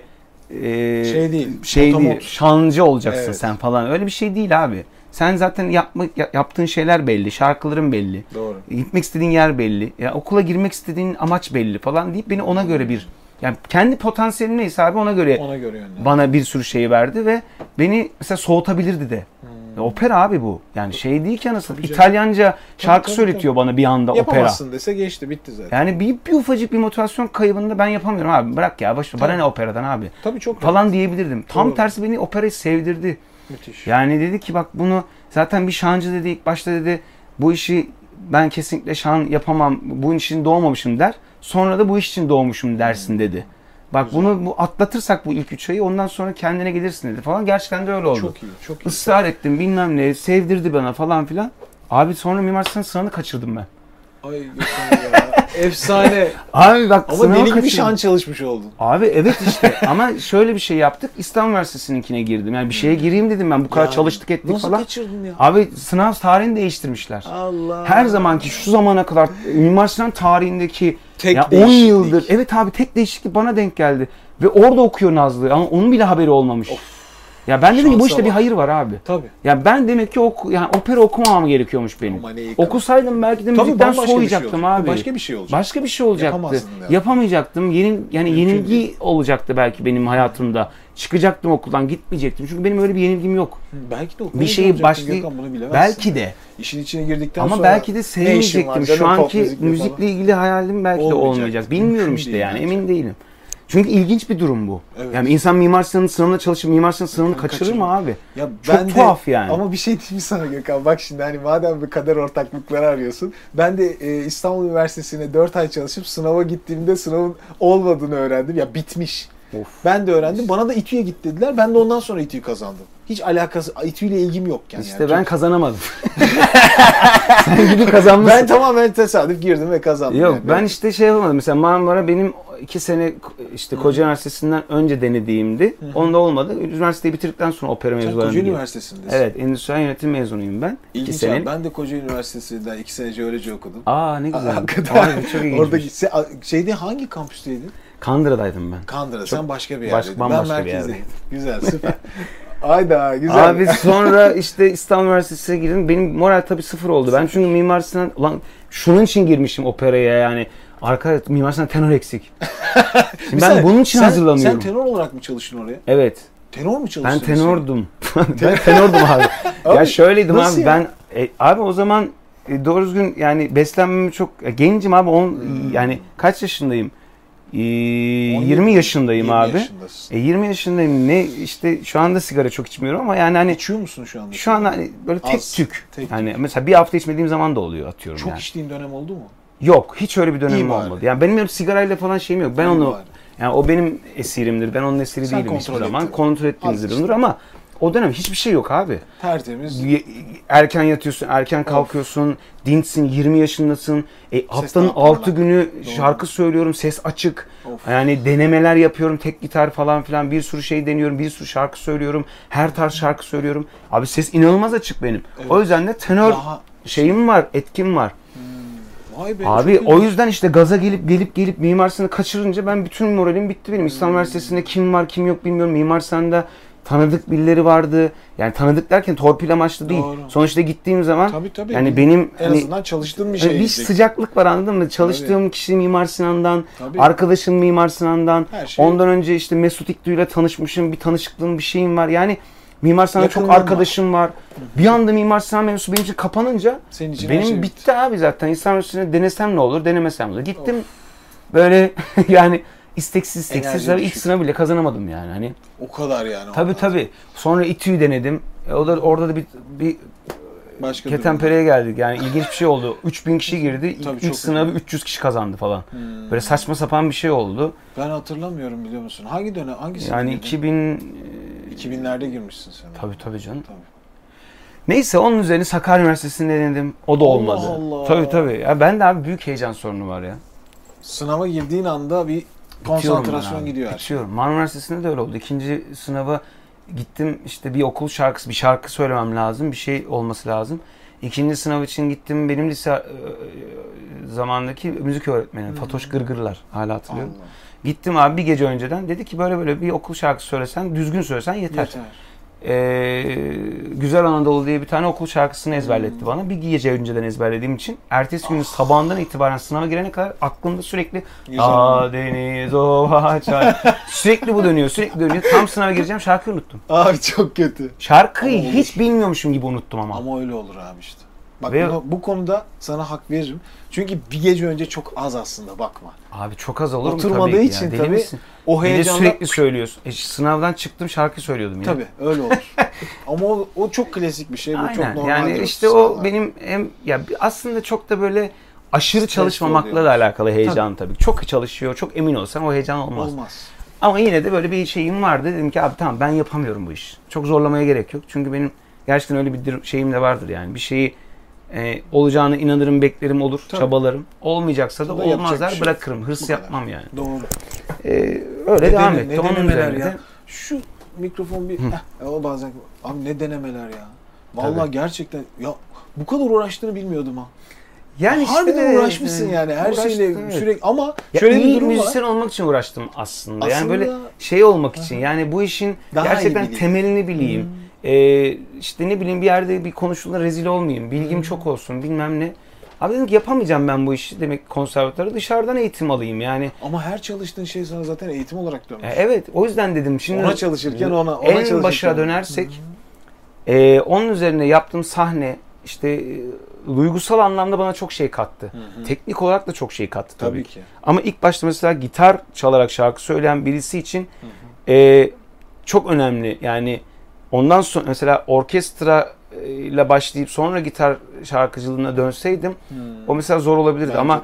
şey değil, şancı olacaksın sen falan, öyle bir şey değil abi. Sen zaten yaptığın şeyler belli, şarkıların belli. Doğru. Gitmek istediğin yer belli. Ya okula girmek istediğin amaç belli falan deyip beni ona göre yani kendi potansiyelim neyse abi ona göre bana bir sürü şey verdi ve beni mesela soğutabilirdi de. Opera abi bu. Yani şey değil ki anasını. İtalyanca şarkı söyletiyor bana bir anda opera. Yapamazsın dese geçti, bitti zaten. Yani bir ufacık bir motivasyon kaybında ben yapamıyorum abi. Bırak ya, bana ne operadan abi. Tabii çok falan rahat diyebilirdim. Tam tersi beni operayı sevdirdi. Müthiş. Yani dedi ki bak bunu zaten bir şancı dedi ilk başta dedi bu işi ben kesinlikle şan yapamam. Bu için doğmamışım der. Sonra da bu iş için doğmuşum dersin dedi. Bak güzel. Bunu atlatırsak bu ilk 3 ayı ondan sonra kendine gelirsin dedi falan. Gerçekten de öyle oldu. Çok iyi, çok iyi. Israr ettim bilmem ne, sevdirdi bana falan filan. Abi sonra Mimar Sinan sınavını kaçırdım ben. Ay ya. Efsane. Abi bak ama deli gibi şan çalışmış oldun. Abi evet işte ama şöyle bir şey yaptık. İstanbul Üniversitesi'ninkine girdim. Yani bir şeye gireyim dedim ben. Bu kadar çalıştık ettik nasıl falan. Nasıl kaçırdın ya? Abi sınav tarihini değiştirmişler. Allah. Her zamanki şu zamana kadar Mimar Sinan tarihindeki tek 10 yıldır. Evet abi tek değişiklik bana denk geldi. Ve orada okuyor Nazlı ama onun bile haberi olmamış. Of. Ya ben dedim ki bu işte bir hayır var abi. Tabii. Ya ben demek ki yani opera okumamam gerekiyormuş benim. Okusaydım belki de müzikten soğuyacaktım abi. Başka bir şey olacaktı. Başka bir şey olacaktı. Yapamayacaktım. Yenilgi olacaktı belki benim hayatımda. Çıkacaktım okuldan, gitmeyecektim. Çünkü benim öyle bir yenilgim yok. Belki de bir şeyi belki de. İşin içine girdikten ama sonra belki de sevmeyecektim. Şu anki müzikle ilgili hayalim belki de olmayacak. Bilmiyorum işte yani, emin değilim. Çünkü ilginç bir durum bu. Evet. Yani insan Mimar Sinan'ın sınavına çalışıp Mimar Sinan'ın sınavını kaçırır mı abi? Ya çok tuhaf yani. Ama bir şey diyeyim sana Gökhan. Bak şimdi hani madem bir kader ortaklıkları arıyorsun. Ben de İstanbul Üniversitesi'ne 4 ay çalışıp sınava gittiğimde sınavın olmadığını öğrendim. Ya bitmiş. Of. Ben de öğrendim. Bana da İTÜ'ye git dediler. Ben de ondan sonra İTÜ'yü kazandım. hiç alakası, İTÜ'yle ilgim yokken. İşte yani. Ben kazanamadım. Sen gidip kazanmışsın. Ben tamamen tesadüf girdim ve kazandım. Yok yani. Ben işte şey yapamadım. Mesela Marmara benim 2 sene işte Koca Üniversitesi'nden önce denediğimdi. Onda olmadı. Üniversiteyi bitirdikten sonra opera mezunu oldum. Koca Üniversitesi'ndesin. Evet, endüstriyel yönetim mezunuyum ben. İlginç abi. Ben de Koca Üniversitesi'nden 2 sene jeoloji okudum. Ne güzel. Çok ilginç. Oradaki hangi kampüsteydin? Kandıra'daydım ben. Kandıra'da. Sen başka bir yerdeydin. Ben merkezdeyim. Güzel, süper. Ayda güzel. Abi sonra işte İstanbul Üniversitesi'ne girdim. Benim moral tabii sıfır oldu. Ben çünkü Mimar Sinan, şunun için girmişim operaya yani. Arkadaş Mimar Sinan tenor eksik. Şimdi ben bunun için hazırlanıyorum. Sen tenor olarak mı çalıştın oraya? Evet. Tenor mu çalıştın? Ben tenordum. Ben tenordum abi. Ya şöyleydim abi. Ben abi o zaman doğru düzgün yani beslenmemi çok gencim abi. Yani kaç yaşındayım? 20 yaşındayım abi. 20 yaşındayım. Ne işte şu anda sigara çok içmiyorum ama yani hani içiyor musun şu anda? Şu anda hani böyle tek tük. Yani mesela bir hafta içmediğim zaman da oluyor atıyorum çok yani. içtiğin dönem oldu mu? Yok, hiç öyle bir dönemim olmadı. Yani benim öyle sigarayla falan şeyim yok. Ben onu yani o benim esirimdir. Ben onun esiri değilim hiçbir zaman. Kontrol ettiğimiz durumdur ama o dönem hiçbir şey yok abi. Tertemiz. Erken yatıyorsun, erken kalkıyorsun, dinçsin, 20 yaşındasın. Haftanın 6 günü şarkı söylüyorum, ses açık. Yani denemeler yapıyorum, tek gitar falan filan, bir sürü şey deniyorum, bir sürü şarkı söylüyorum. Her tarz şarkı söylüyorum. Abi ses inanılmaz açık benim. Evet. O yüzden de tenor şeyim var, etkim var. Abi o yüzden işte gaza gelip Mimar Sinan'ı kaçırınca ben bütün moralim bitti benim. İstanbul Üniversitesi'nde kim var kim yok bilmiyorum. Mimar Sinan'da tanıdık birileri vardı. Yani tanıdık derken torpil amaçlı değil. Doğru. Sonuçta gittiğim zaman tabii. yani benim en azından çalıştığım bir şey. Bir sıcaklık var anladın mı? Çalıştığım kişi Mimar Sinan'dan, arkadaşım Mimar Sinan'dan. Ondan önce işte Mesut İktu'yla tanışmışım. Bir tanışıklığım bir şeyim var. Yani Mimar Sinan'da çok arkadaşım var. Bir anda Mimar Sinan mevzusu benim için kapanınca benim bitti abi zaten. İstanbul Üniversitesi'ne denesem ne olur, denemesem ne olur. Gittim böyle yani isteksiz ilk sınav bile kazanamadım yani hani. O kadar yani. Tabii. Sonra İTÜ'yü denedim. Orada da bir ketenpereye geldik. Yani ilginç bir şey oldu. 3000 kişi girdi. İlk sınavı 300 kişi kazandı falan. Böyle saçma sapan bir şey oldu. Ben hatırlamıyorum biliyor musun? Hangi dönem? Hangisi? Yani 2000'lerde girmişsin sen. Tabii canım. Neyse onun üzerine Sakarya Üniversitesi'nde denedim. O da olmadı. Allah. Tabii. Ya ben de abi büyük heyecan sorunu var ya. Sınava girdiğin anda bir konsantrasyon gidiyor her şey. Marmara Üniversitesi'nde de öyle oldu. İkinci sınava gittim işte bir okul şarkısı, bir şarkı söylemem lazım. Bir şey olması lazım. İkinci sınav için gittim. Benim lise zamandaki müzik öğretmeni Fatoş Gırgırlar. Hala hatırlıyorum. Allah. Gittim abi bir gece önceden. Dedi ki böyle bir okul şarkısı söylesen, düzgün söylesen yeter. Güzel Anadolu diye bir tane okul şarkısını ezberletti bana. Bir gece önceden ezberlediğim için ertesi günün sabahından itibaren sınava girene kadar aklımda sürekli Deniz Ova Çay sürekli bu dönüyor. Tam sınava gireceğim şarkıyı unuttum. Abi çok kötü. Şarkıyı hiç bilmiyormuşum gibi unuttum ama. Ama öyle olur abi işte. Bak bu konuda sana hak veririm. Çünkü bir gece önce çok az aslında bakma. Abi çok az olur mu oturmadığı tabii için ya. Tabii o heyecanla sürekli söylüyorsun. Sınavdan çıktım şarkı söylüyordum ya. Tabii öyle olur. Ama o çok klasik bir şey. Bu çok normal. Yani işte o benim aslında çok da böyle aşırı çalışmamakla da alakalı heyecan tabii. Çok çalışıyor, çok emin olsan o heyecan olmaz. Ama yine de böyle bir şeyim vardı. Dedim ki abi tamam ben yapamıyorum bu işi. Çok zorlamaya gerek yok. Çünkü benim gerçekten öyle bir şeyim de vardır yani. Bir şeyi olacağını inanırım, beklerim, olur, çabalarım. Olmayacaksa da olmazlar, bırakırım. Hırs yapmam yani. Doğru. Öyle devam etti. Onun üzerine ya. Şu mikrofon bir o bazen abi ne denemeler ya. Vallahi gerçekten ya bu kadar uğraştığını bilmiyordum ha. Yani harbiden uğraşmışsın yani her şeyle sürekli ama şöyle bir durum var. Müzisyen olmak için uğraştım aslında. Yani böyle şey olmak için. Yani bu işin daha gerçekten temelini bileyim. İşte ne bileyim bir yerde bir konuşulda rezil olmayayım. Bilgim çok olsun bilmem ne. Abi dedim ki yapamayacağım ben bu işi. Demek konservatuara dışarıdan eğitim alayım yani. Ama her çalıştığın şey sana zaten eğitim olarak dönmüş. Evet o yüzden dedim. Şimdi ona çalışırken ona en başa dönersek onun üzerine yaptığım sahne işte duygusal anlamda bana çok şey kattı. Teknik olarak da çok şey kattı tabii ki. Ama ilk başta mesela gitar çalarak şarkı söyleyen birisi için çok önemli. Yani ondan sonra mesela orkestra ile başlayıp sonra gitar şarkıcılığına dönseydim o mesela zor olabilirdi. Bence ama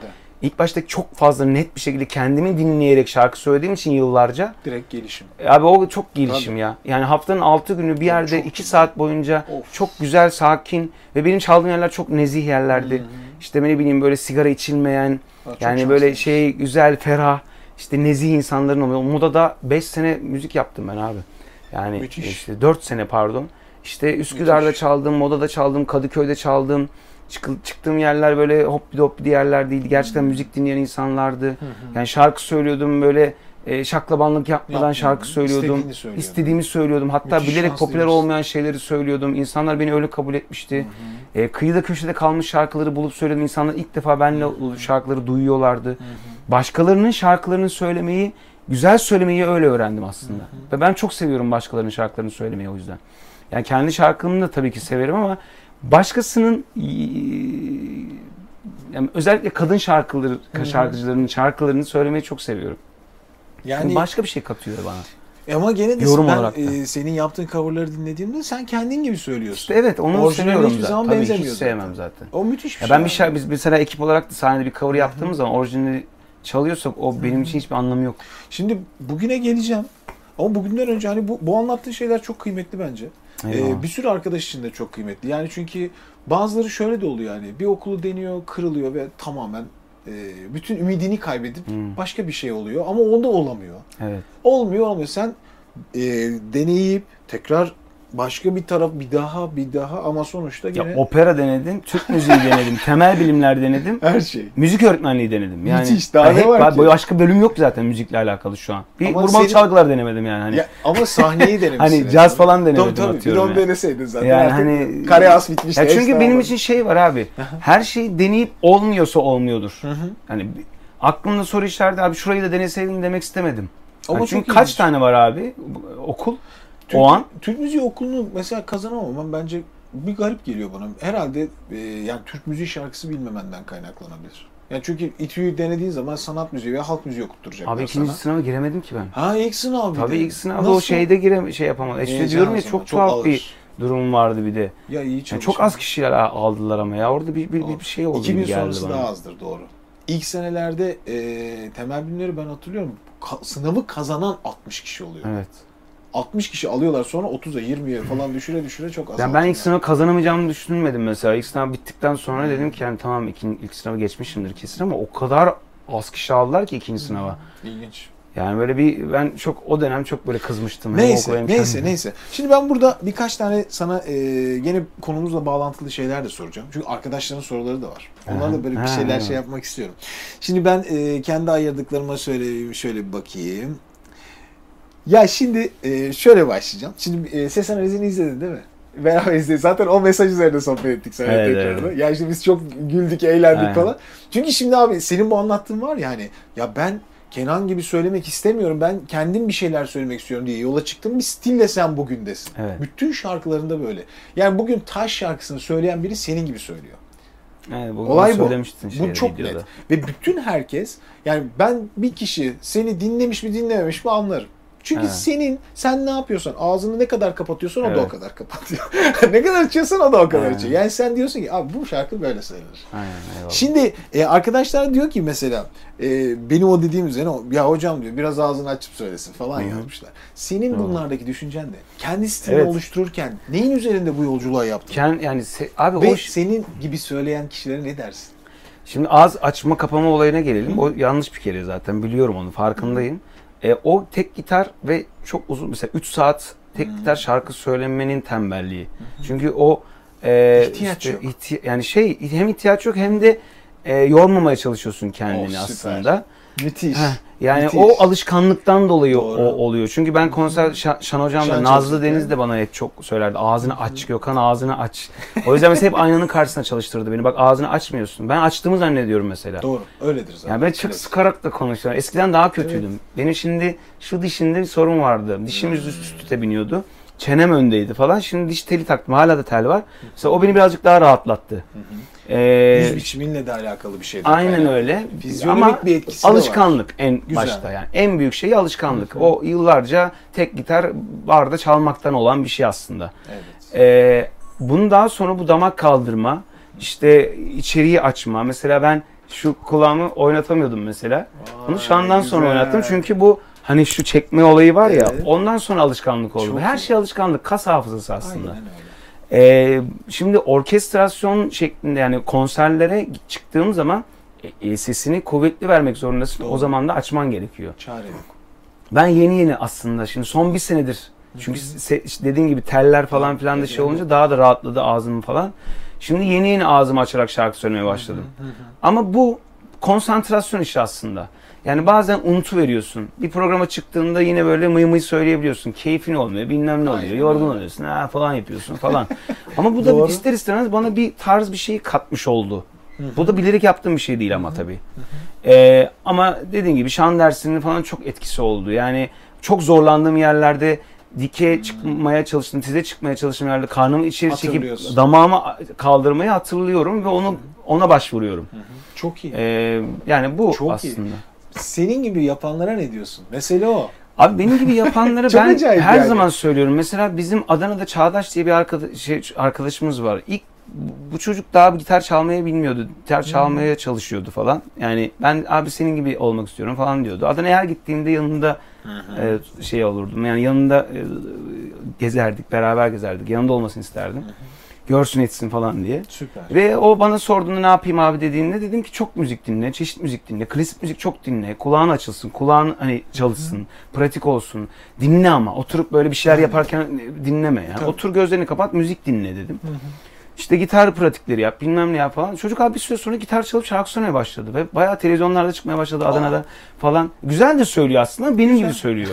ilk başta çok fazla net bir şekilde kendimi dinleyerek şarkı söylediğim için yıllarca. Direkt gelişim. Abi o çok gelişim ya. Yani haftanın 6 günü bir yerde 2 saat boyunca çok güzel, sakin ve benim çaldığım yerler çok nezih yerlerdi. İşte ne bileyim böyle sigara içilmeyen, yani böyle güzel, ferah, işte nezih insanların oluyor. Moda'da 5 sene müzik yaptım ben abi. Yani işte 4 sene pardon. İşte Üsküdar'da çaldım, Moda'da çaldım, Kadıköy'de çaldım. Çıktığım yerler böyle hoppi yerler değildi. Gerçekten müzik dinleyen insanlardı. Yani şarkı söylüyordum böyle şaklabanlık yapmadan şarkı söylüyordum. İstediğimi söylüyordum. Hatta bilerek popüler olmayan şeyleri söylüyordum. İnsanlar beni öyle kabul etmişti. Kıyıda köşede kalmış şarkıları bulup söyledim. İnsanlar ilk defa benimle şarkıları duyuyorlardı. Başkalarının şarkılarını söylemeyi, güzel söylemeyi öyle öğrendim aslında. Ve ben çok seviyorum başkalarının şarkılarını söylemeyi o yüzden. Yani kendi şarkımı da tabii ki severim ama başkasının yani özellikle kadın şarkıcılarının şarkılarını söylemeyi çok seviyorum. Yani başka bir şey katıyor bana. Ama gene de ben senin yaptığın coverları dinlediğimde sen kendin gibi söylüyorsun. İşte evet, onu seviyorum zaten. Tabii hiç sevmem zaten. O müthiş bir şey. Biz mesela ekip olarak da sahnede bir cover yaptığımız zaman orijinali çalıyorsak o benim için hiçbir anlamı yok. Şimdi bugüne geleceğim. Ama bugünden önce hani bu anlattığın şeyler çok kıymetli bence. Bir sürü arkadaş için de çok kıymetli. Yani çünkü bazıları şöyle de oluyor yani. Bir okulu deniyor, kırılıyor ve tamamen bütün ümidini kaybedip başka bir şey oluyor. Ama onda olamıyor. Evet. Olmuyor. Sen deneyip tekrar başka bir taraf bir daha ama sonuçta gene... Ya, opera denedim, Türk müziği denedim, temel bilimler denedim. Her şey. Müzik öğretmenliği denedim. Yani, müthiş, daha ne var ki? Başka bölüm yok zaten müzikle alakalı şu an. Bir vurmalı çalgılar denemedim yani. Hani. Ya, ama sahneyi denemişsin. Hani caz falan denemedim tabii, atıyorum. Bir deneseydin zaten. Yani hani, kare as bitmişti. Ya çünkü benim için var abi. Her şeyi deneyip olmuyorsa olmuyordur. Hani aklımda soru işareti abi şurayı da deneseydin demek istemedim. Yani çünkü kaç tane var abi okul? Türk müziği okulunu mesela kazanamam bence bir garip geliyor bana. Herhalde yani Türk müziği şarkısı bilmemenden kaynaklanabilir. Yani çünkü İTÜ'yü denediğin zaman sanat müziği veya halk müziği okutturacaklar abi ikinci sınava giremedim ki ben. Ha ilk sınav bir tabii ilk sınavda o şeyde yapamadım. İşte diyorum ya çok tuhaf bir durum vardı bir de. Ya iyi çalışmış. Yani çok az kişiler aldılar ama ya orada bir şey oldu. 2000 sonrası daha azdır doğru. İlk senelerde temel bilimleri ben hatırlıyorum. Sınavı kazanan 60 kişi oluyor. Evet. 60 kişi alıyorlar sonra 30'a 20'ye falan düşüre çok azaltıyor. Yani ben ilk sınavı kazanamayacağımı düşünmedim mesela. İlk sınav bittikten sonra dedim ki yani tamam ilk sınavı geçmişimdir kesin ama o kadar az kişi aldılar ki ikinci sınava. İlginç. Yani böyle ben o dönem çok böyle kızmıştım. Neyse. Şimdi ben burada birkaç tane sana yine konumuzla bağlantılı şeyler de soracağım. Çünkü arkadaşların soruları da var. Onlar da böyle bir şeyler yapmak istiyorum. Şimdi ben kendi ayırdıklarıma şöyle bir bakayım. Ya şimdi şöyle başlayacağım. Şimdi ses analizini izledin değil mi? Beraber izledik. Zaten o mesaj üzerinde sohbet ettik sana tekrarda. Evet. Yani şimdi biz çok güldük, eğlendik falan. Çünkü şimdi abi senin bu anlattığın var ya hani ya ben Kenan gibi söylemek istemiyorum. Ben kendim bir şeyler söylemek istiyorum diye yola çıktım. Bir stille sen bugündesin. Evet. Bütün şarkılarında böyle. Yani bugün Taş şarkısını söyleyen biri senin gibi söylüyor. Evet, olay bu. Bu çok videoda. net. Ve bütün herkes yani ben bir kişi seni dinlemiş mi dinlememiş mi anlarım. Çünkü sen ne yapıyorsan, ağzını ne kadar kapatıyorsan o da o kadar kapatıyor. Ne kadar açıyorsan o da o kadar açıyor. Yani sen diyorsun ki abi bu şarkı böyle sayılır. Aynen, şimdi arkadaşlar diyor ki mesela benim o dediğim üzerine ya hocam diyor biraz ağzını açıp söylesin falan yazmışlar. Senin bunlardaki düşüncen de kendi stilini oluştururken neyin üzerinde bu yolculuğa yaptın? Ve senin gibi söyleyen kişilere ne dersin? Şimdi ağız açma kapama olayına gelelim. O yanlış bir kere zaten biliyorum onu farkındayım. O tek gitar ve çok uzun mesela 3 saat tek gitar şarkı söylemenin tembelliği. Çünkü o ihtiyaç yok. Yani hem ihtiyaç yok hem de yormamaya çalışıyorsun kendini aslında. Müthiş. Yani müthiş. o alışkanlıktan dolayı o oluyor. Çünkü ben konser Şan hocam da Nazlı Deniz de bana hep çok söylerdi. Ağzını aç Gökhan, ağzını aç. O yüzden mesela hep aynanın karşısına çalıştırdı beni. Bak ağzını açmıyorsun. Ben açtığımı zannediyorum mesela. Doğru. Öyledir zaten. Yani ben çok sıkarak da konuşuyorum. Eskiden daha kötüydüm. Evet. Benim şimdi şu dişimde bir sorun vardı. Dişim üst üste biniyordu. Çenem öndeydi falan. Şimdi diş teli taktım. Hala da tel var. Mesela o beni birazcık daha rahatlattı. Yüz biçiminle de alakalı bir şey. Aynen öyle. Ama bir etkisi alışkanlık en başta yani. En büyük şey alışkanlık. O yıllarca tek gitar barda çalmaktan olan bir şey aslında. Evet. Bunun daha sonra bu damak kaldırma, işte içeriği açma. Mesela ben Şu kulağımı oynatamıyordum mesela. Bunu şandan sonra oynattım. Çünkü bu hani şu çekme olayı var ya, ondan sonra alışkanlık oldu. Her şey alışkanlık, kas hafızası aslında. Şimdi orkestrasyon şeklinde yani konserlere çıktığım zaman sesini kuvvetli vermek zorundasın. Doğru. O zaman da açman gerekiyor. Çare yok. Ben yeni aslında şimdi son bir senedir çünkü dediğin gibi teller falan filan da şey olunca daha da rahatladı ağzım falan. Şimdi yeni ağzımı açarak şarkı söylemeye başladım. Ama bu konsantrasyon işi aslında. Yani bazen unutuveriyorsun. Bir programa çıktığında yine böyle mıy mıy söyleyebiliyorsun. Keyfin olmuyor, bilmem ne oluyor. Aynen. Yorgun oluyorsun, falan yapıyorsun falan. Ama bu da ister istemez bana bir tarz bir şey katmış oldu. Bu da bilerek yaptığım bir şey değil ama tabii. Ama dediğim gibi şan dersinin falan çok etkisi oldu. Yani çok zorlandığım yerlerde dike çıkmaya çalıştım, tize çıkmaya çalıştığım yerde karnımı içeri çekip damağımı kaldırmayı hatırlıyorum ve ona başvuruyorum. Çok iyi. Yani bu çok aslında. İyi. Senin gibi yapanlara ne diyorsun? Mesele o. Abi benim gibi yapanlara ben her zaman söylüyorum. Mesela bizim Adana'da Çağdaş diye bir arkadaşımız var. İlk bu çocuk daha bir gitar çalmayı bilmiyordu. Gitar çalmaya çalışıyordu falan. Yani ben abi senin gibi olmak istiyorum falan diyordu. Adana'ya her gittiğimde yanında şey olurdum. Yani yanında gezerdik, beraber gezerdik. Yanında olmasını isterdim. Görsün etsin falan diye. Süper. Ve o bana sorduğunda ne yapayım abi dediğinde dedim ki çok müzik dinle, çeşit müzik dinle, klasik müzik çok dinle, kulağın açılsın, kulağın hani çalışsın, pratik olsun. Dinle ama oturup böyle bir şeyler yaparken dinleme yani. Otur gözlerini kapat, müzik dinle dedim. İşte gitar pratikleri yap, bilmem ne yap falan. Çocuk abi bir süre sonra gitar çalıp şarkı söylemeye başladı ve bayağı televizyonlarda çıkmaya başladı Adana'da falan. Güzel de söylüyor aslında, benim gibi söylüyor.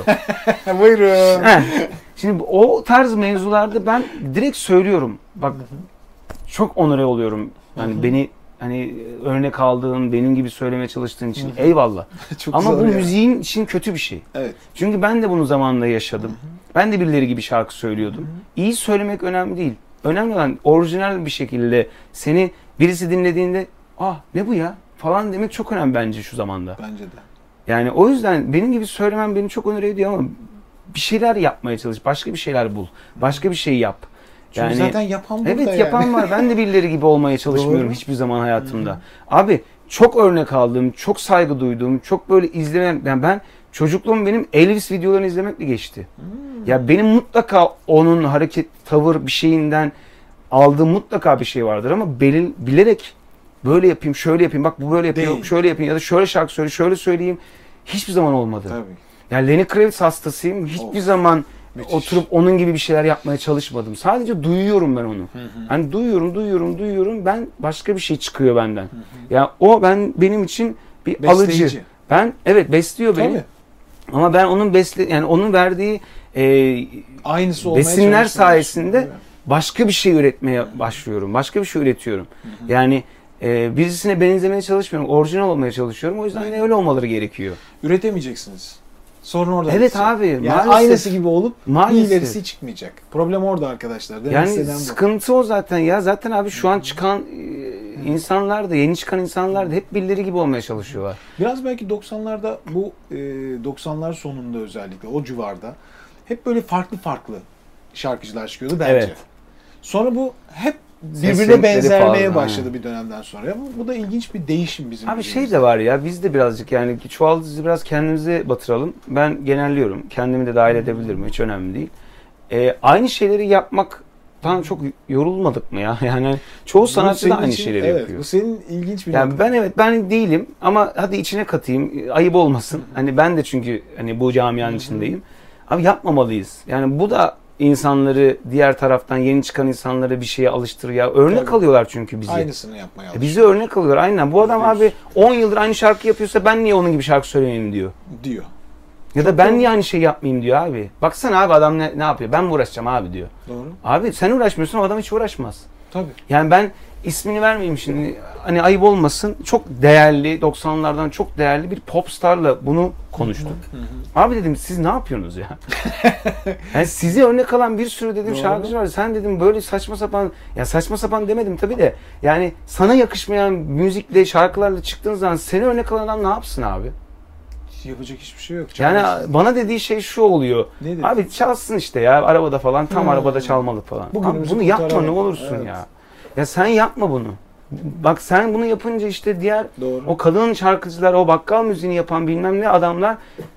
Buyurun. Şimdi o tarz mevzularda ben direkt söylüyorum. Bak çok onore oluyorum. Yani beni hani örnek aldığın, benim gibi söylemeye çalıştığın için eyvallah. Ama bu müziğin için kötü bir şey. Evet. Çünkü ben de bunu zamanında yaşadım. Ben de birileri gibi şarkı söylüyordum. İyi söylemek önemli değil. Önemli olan orijinal bir şekilde seni birisi dinlediğinde ne bu ya falan demek çok önemli bence şu zamanda. Bence de. Yani o yüzden benim gibi söylemem beni çok onore ediyor ama bir şeyler yapmaya çalış. Başka bir şeyler bul. Başka bir şey yap. Çünkü yani, zaten yapan burada evet, yapan var. Ben de birileri gibi olmaya çalışmıyorum hiçbir zaman hayatımda. Abi çok örnek aldığım, çok saygı duyduğum, çok böyle izlemem. Yani ben çocukluğum benim Elvis videolarını izlemekle geçti. Ya benim mutlaka onun hareket, tavır bir şeyinden aldığım mutlaka bir şey vardır ama bilerek böyle yapayım, şöyle yapayım, bak bu böyle yapıyor, şöyle yapayım ya da şöyle şarkı söyle, şöyle söyleyeyim hiçbir zaman olmadı. Tabii. Yani Lenny Kravitz hastasıyım. Hiçbir zaman oturup onun gibi bir şeyler yapmaya çalışmadım. Sadece duyuyorum ben onu. Hani duyuyorum. Ben başka bir şey çıkıyor benden. Ya o benim için bir alıcı. Ben besliyor beni. Tabii. Ama ben onun yani onun verdiği aynısı besinler sayesinde başka bir şey üretmeye başlıyorum. Başka bir şey üretiyorum. Yani birisine benzemeye çalışmıyorum. Orijinal olmaya çalışıyorum. O yüzden öyle olmaları gerekiyor. Üretemeyeceksiniz. Sorun orada. Evet abi. Yani maalesef, aynısı gibi olup ilerisi çıkmayacak. Problem orada arkadaşlar. Yani sıkıntı o zaten ya. Zaten abi şu an çıkan insanlar da, yeni çıkan insanlar da hep birileri gibi olmaya çalışıyorlar. Biraz belki 90'larda bu 90'lar sonunda özellikle o civarda hep böyle farklı şarkıcılar çıkıyordu bence. Evet. Sonra bu hep birbirine benzermeye başladı bir dönemden sonra. Ama bu da ilginç bir değişim bizim. Abi şey de var ya, biz de birazcık yani çuvaldızı biraz kendimize batıralım. Ben genelliyorum. Kendimi de dahil edebilirim. Hiç önemli değil. Aynı şeyleri yapmaktan çok yorulmadık mı ya? Yani çoğu sanatçı da aynı şeyleri yapıyor. Bu senin ilginç bir yani ben değilim ama hadi içine katayım. Ayıp olmasın. Hani ben de çünkü hani bu camianın içindeyim. Abi yapmamalıyız. Yani bu da insanları diğer taraftan yeni çıkan insanlara bir şeye alıştırıyor. Örnek alıyorlar çünkü bizi. Aynısını yapmaya alıştırıyor. Bizi örnek alıyorlar aynen. Bu adam abi 10 yıldır aynı şarkı yapıyorsa ben niye onun gibi şarkı söyleyeyim diyor. Ya da ben niye aynı şey yapmayayım diyor abi. Baksana abi adam ne yapıyor? Ben mi uğraşacağım abi diyor. Doğru. Abi sen uğraşmıyorsun, o adam hiç uğraşmaz. Tabii. Yani ben ismini vermeyeyim şimdi. Hani ayıp olmasın. Çok değerli, 90'lardan çok değerli bir popstarla bunu konuştuk. Abi dedim siz ne yapıyorsunuz ya? Yani sizi örnek alan bir sürü dedim şarkıcı var. Sen dedim böyle saçma sapan demedim tabii de. Yani sana yakışmayan müzikle, şarkılarla çıktığın zaman seni örnek alan adam ne yapsın abi? Yapacak hiçbir şey yok. Yani bana dediği şey şu oluyor. Abi çalsın işte ya arabada falan, tam arabada çalmalı falan. Abi bunu yapma ne olursun ya. Ya sen yapma bunu. Bak sen bunu yapınca işte diğer o kadın şarkıcılar, o bakkal müziğini yapan bilmem ne adamlar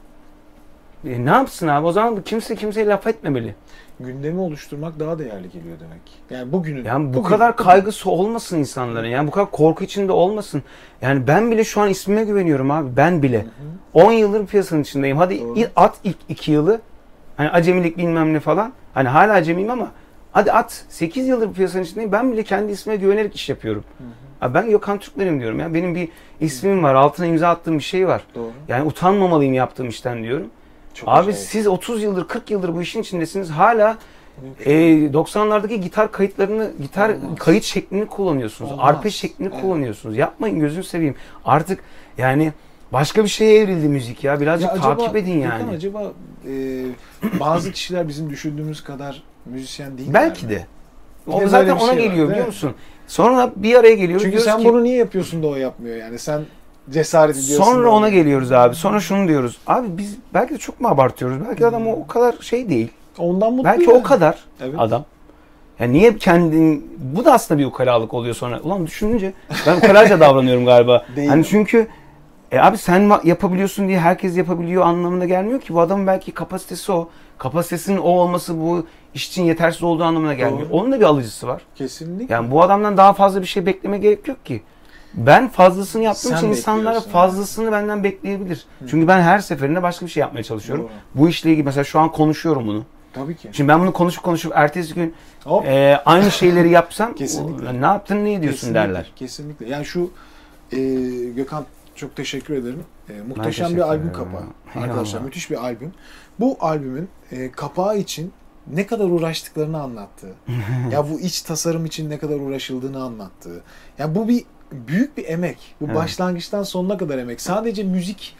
ne yapsın abi? O zaman kimse kimseye laf etmemeli. Gündemi oluşturmak daha değerli geliyor demek. Yani bugünün... Yani bu kadar kaygısı olmasın insanların. Yani bu kadar korku içinde olmasın. Yani ben bile şu an ismime güveniyorum abi. Ben bile. 10 yıldır piyasanın içindeyim. Hadi at ilk 2 yılı. Hani acemilik bilmem ne falan. Hani hala acemiyim ama hadi at. 8 yıldır piyasanın içindeyim. Ben bile kendi ismime güvenerek iş yapıyorum. Abi ben Gökhan Türkmen'im diyorum. Yani benim bir ismim var. Altına imza attığım bir şey var. Doğru. Yani utanmamalıyım yaptığım işten diyorum. Çok abi acayip. Siz 30 yıldır 40 yıldır bu işin içindesiniz. Hala 90'lardaki gitar kayıtlarını, kayıt şeklini kullanıyorsunuz. Arpej şeklini kullanıyorsunuz. Yapmayın gözünü seveyim. Artık yani başka bir şeye evrildi müzik ya. Birazcık takip edin yani. Acaba bazı kişiler bizim düşündüğümüz kadar müzisyen değil. Belki de. O zaten ona geliyor biliyor musun? Sonra bir araya geliyoruz. Çünkü sen bunu niye yapıyorsun da o yapmıyor yani. Sen cesaret ediyorsun. Sonra ona geliyoruz abi. Sonra şunu diyoruz. Abi biz belki de çok mu abartıyoruz? Belki adam o kadar şey değil. Ondan mutlu belki yani. O kadar adam. Yani niye kendin... Bu da aslında bir ukalalık oluyor sonra. Ulan düşününce ben ukalaca davranıyorum galiba. Hani çünkü abi sen yapabiliyorsun diye herkes yapabiliyor anlamına gelmiyor ki. Bu adamın belki kapasitesi o. Kapasitesinin o olması bu iş için yetersiz olduğu anlamına gelmiyor. Onun da bir alıcısı var. Kesinlikle. Yani bu adamdan daha fazla bir şey bekleme gerek yok ki. Ben fazlasını yaptığım için insanlara fazlasını beynden bekleyebilir. Çünkü ben her seferinde başka bir şey yapmaya çalışıyorum. Bu işle ilgili mesela şu an konuşuyorum bunu. Tabii ki. Şimdi ben bunu konuşup ertesi gün aynı şeyleri yapsam ne yaptın ne ediyorsun derler. Kesinlikle. Yani şu Gökhan çok teşekkür ederim. Muhteşem bir albüm kapağı. Arkadaşlar müthiş bir albüm. Bu albümün kapağı için ne kadar uğraştıklarını anlattı. Ya bu iç tasarım için ne kadar uğraşıldığını anlattı. Ya bu bir büyük bir emek. Bu başlangıçtan sonuna kadar emek. Sadece müzik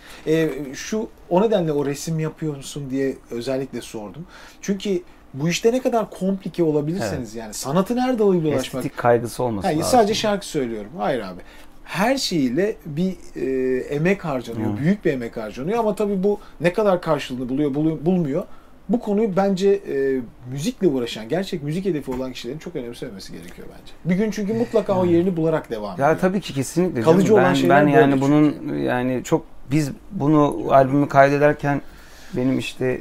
o nedenle o resim yapıyor musun diye özellikle sordum. Çünkü bu işte ne kadar komplike olabilirseniz yani sanatın her dalıyla ulaşmak. Estetik kaygısı olması lazım. Sadece şarkı söylüyorum. Hayır abi. Her şeyiyle bir emek harcanıyor. Büyük bir emek harcanıyor ama tabii bu ne kadar karşılığını bulmuyor. Bu konuyu bence müzikle uğraşan, gerçek müzik hedefi olan kişilerin çok önemsemesi gerekiyor bence. Bir gün çünkü mutlaka o yerini bularak devam ediyor. Ya tabii ki kesinlikle. Kalıcı olan şeyler ben yani bunun çünkü. Yani çok biz bunu albümü kaydederken benim işte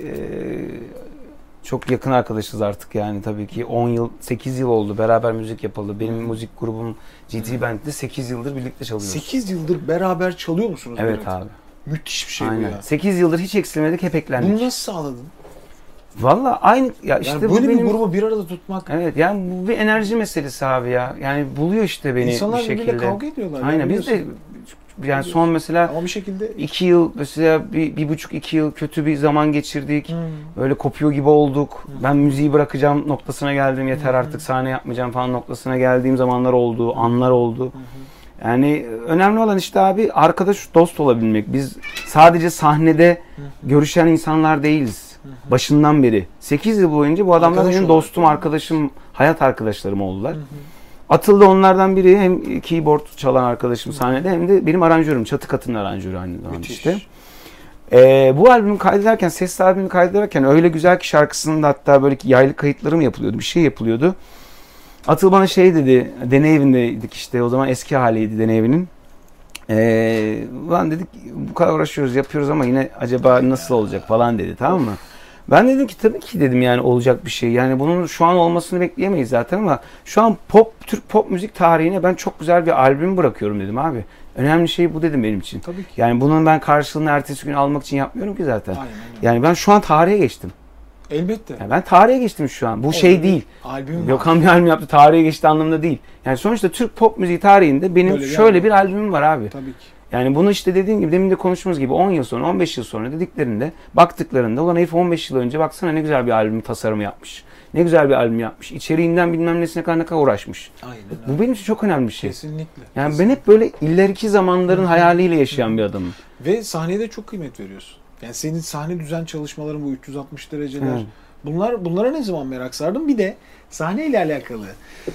çok yakın arkadaşız artık yani tabii ki 10 yıl 8 yıl oldu beraber müzik yapalı. Benim müzik grubum GT Band'de 8 yıldır birlikte çalıyoruz. 8 yıldır beraber çalıyor musunuz? Evet abi. Müthiş bir şey aynen. bu ya. 8 yıldır hiç eksilmedik, hep eklendik. Bunu nasıl sağladın? Valla aynı ya işte yani böyle bir grubu bir arada tutmak. Evet yani bu bir enerji meselesi abi ya. Yani buluyor işte beni İnsanlar bir şekilde. İnsanlar birbiriyle kavga ediyorlar. Aynen biz de yani son mesela ama bir şekilde 2 yıl mesela 1,5-2 yıl kötü bir zaman geçirdik. Böyle kopuyor gibi olduk. Ben müziği bırakacağım noktasına geldim. Yeter artık sahne yapmayacağım falan noktasına geldiğim zamanlar oldu, anlar oldu. Yani önemli olan işte abi arkadaş dost olabilmek. Biz sadece sahnede görüşen insanlar değiliz. Başından beri. 8 yıl boyunca bu adamlar benim dostum, arkadaşım, hayat arkadaşlarım oldular. Atıl da onlardan biri, hem keyboard çalan arkadaşım sahnede hem de benim aranjörüm. Çatı Katı'nın aranjörü aynı zamanda işte. Bu albümü kaydederken, sesli albümü kaydederken öyle güzel ki şarkısının da hatta böyle yaylı kayıtları mı yapılıyordu, bir şey yapılıyordu. Atıl bana şey dedi, deney evindeydik işte, o zaman eski haliydi deney evinin. Lan dedik bu kadar uğraşıyoruz, yapıyoruz ama yine acaba nasıl olacak falan dedi, tamam mı? Ben dedim ki tabii ki dedim yani olacak bir şey. Yani bunun şu an olmasını bekleyemeyiz zaten ama şu an Türk pop müzik tarihine ben çok güzel bir albüm bırakıyorum dedim abi. Önemli şey bu dedim benim için. Tabii ki. Yani bunun ben karşılığını ertesi gün almak için yapmıyorum ki zaten. Aynen. Yani ben şu an tarihe geçtim. Elbette. Yani ben tarihe geçtim şu an. Bu şey değil. Gökhan bir albüm yaptı, tarihe geçti anlamında değil. Yani sonuçta Türk pop müziği tarihinde benim böyle şöyle bir albümüm var abi. Tabii ki. Yani bunu işte dediğim gibi, demin de konuştuğumuz gibi 10 yıl sonra, 15 yıl sonra dediklerinde, baktıklarında ulan herif 15 yıl önce baksana ne güzel bir albüm tasarımı yapmış. Ne güzel bir albüm yapmış. İçeriğinden bilmem nesine kadar uğraşmış. Aynen. Bu benim için çok önemli bir şey. Kesinlikle. Yani kesinlikle. Ben hep böyle ileriki zamanların hayaliyle yaşayan bir adamım. Ve sahneye de çok kıymet veriyorsun. Yani senin sahne düzen çalışmaların, bu 360 dereceler. Bunlara ne zaman merak sardım? Bir de sahneyle alakalı.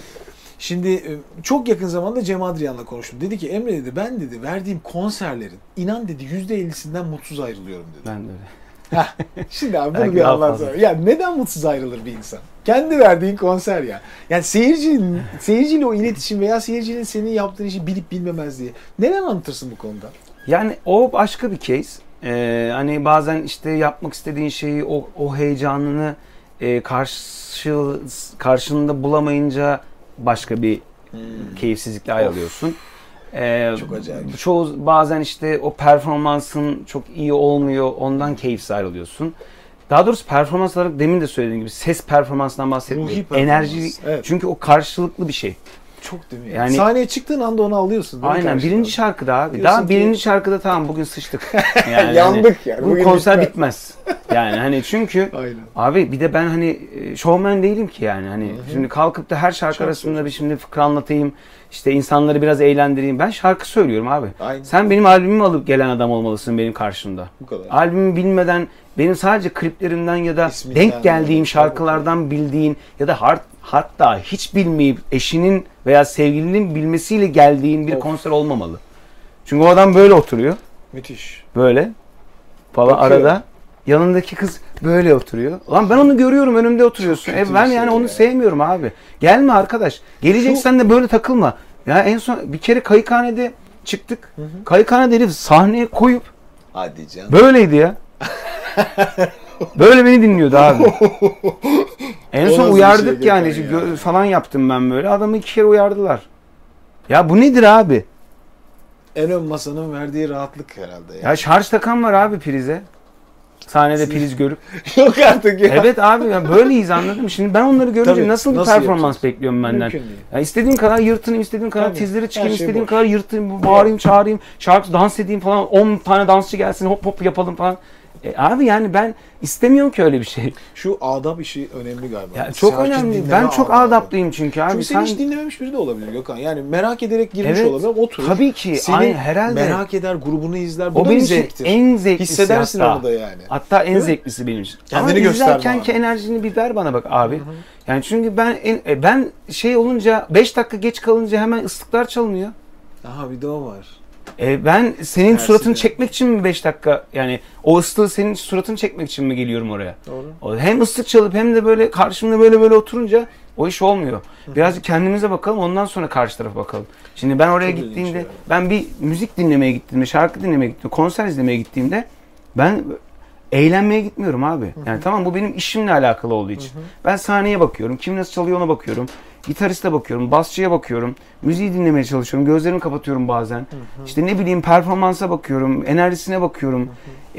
Şimdi çok yakın zamanda Cem Adrian'la konuştum. Dedi ki Emre dedi, ben dedi verdiğim konserlerin inan dedi %50'sinden mutsuz ayrılıyorum dedi. Ben de öyle. Şimdi abi bunu bir anlatsana. Ya neden mutsuz ayrılır bir insan? Kendi verdiğin konser ya. Yani seyirciyle o iletişim veya seyircinin senin yaptığın işi bilip bilmemezliği. Neden anlatırsın bu konuda? Yani o başka bir case. Hani bazen işte yapmak istediğin şeyi, o heyecanını karşında bulamayınca başka bir keyifsizlikle ayrılıyorsun. Çok acayip. Bazen işte o performansın çok iyi olmuyor, ondan keyifsiz ayrılıyorsun. Daha doğrusu performans olarak demin de söylediğim gibi ses performansından bahsetmiyorum. Enerji, evet. Çünkü o karşılıklı bir şey. Çok değil mi? Yani sahneye çıktığın anda onu alıyorsun. Aynen. Birinci şarkıda abi. Diyorsun daha birinci şarkıda tamam bugün sıçtık. Yani yandık yani. Bu konser bitmez. Yani hani çünkü abi bir de ben hani şovmen değilim ki yani. Hani şimdi kalkıp da her şarkı arasında bir şimdi fıkra anlatayım. İşte insanları biraz eğlendireyim. Ben şarkı söylüyorum abi. Aynen. Sen benim albümümü alıp gelen adam olmalısın benim karşımda. Bu kadar. Albümü bilmeden benim sadece kliplerimden ya da denk geldiğim şarkılardan bildiğin ya da hatta hiç bilmeyip eşinin veya sevgilinin bilmesiyle geldiğin bir konser olmamalı. Çünkü o adam böyle oturuyor. Müthiş. Böyle falan arada. Yanındaki kız böyle oturuyor. Lan ben onu görüyorum önümde oturuyorsun. Ben yani onu sevmiyorum abi. Gelme arkadaş. Geleceksen de böyle takılma. Ya en son bir kere Kayıkhane'de çıktık. Kayıkhane'de herif sahneye koyup hadi canım. Böyleydi ya. Böyle beni dinliyordu abi. En son uyardık yani. Falan yaptım ben böyle. Adamı 2 kere uyardılar. Ya bu nedir abi? En ön masanın verdiği rahatlık herhalde. Yani. Ya şarj takan var abi prize. Sahnede priz görüp. Yok artık ya. Evet abi ya böyleyiz anladın mı? Şimdi ben onları görünce nasıl bir performans bekliyorum benden? Ya istediğim kadar yırtınayım, istediğim kadar tizlere çıkayım, istediğim kadar yırtınayım, bağırayım, çağırayım, şarkı dans edeyim falan. 10 tane dansçı gelsin hop hop yapalım falan. Abi yani ben istemiyorum ki öyle bir şey. Şu adab işi önemli galiba. Ya çok önemli. Ben çok adaplıyım çünkü abi. Çünkü sen hiç dinlememiş biri de olabilir Gökhan. Yani merak ederek girmiş olabilir. Oturur. Tabii ki. Seni herhalde. merak eder, grubunu izler. Bu o da benim bir zevktir. En zevklisi hissedersin onu da yani. Hatta en zevklisi benim için. Kendini gösterme. Ama izlerken ki enerjini bir ver bana bak abi. Yani çünkü ben şey olunca 5 dakika geç kalınca hemen ıslıklar çalınıyor. Aha bir de o var. Ben senin suratını çekmek için mi 5 dakika yani o ıslığı senin suratını çekmek için mi geliyorum oraya? Doğru. Hem ıslık çalıp hem de böyle karşımda böyle oturunca o iş olmuyor. Birazcık kendimize bakalım ondan sonra karşı tarafa bakalım. Şimdi ben oraya gittiğimde ben bir müzik dinlemeye gittiğimde, şarkı dinlemeye gittiğimde, konser izlemeye gittiğimde ben eğlenmeye gitmiyorum abi. Yani tamam bu benim işimle alakalı olduğu için. Ben sahneye bakıyorum, kim nasıl çalıyor ona bakıyorum. Gitariste bakıyorum, basçıya bakıyorum, müziği dinlemeye çalışıyorum, gözlerimi kapatıyorum bazen. İşte ne bileyim performansa bakıyorum, enerjisine bakıyorum.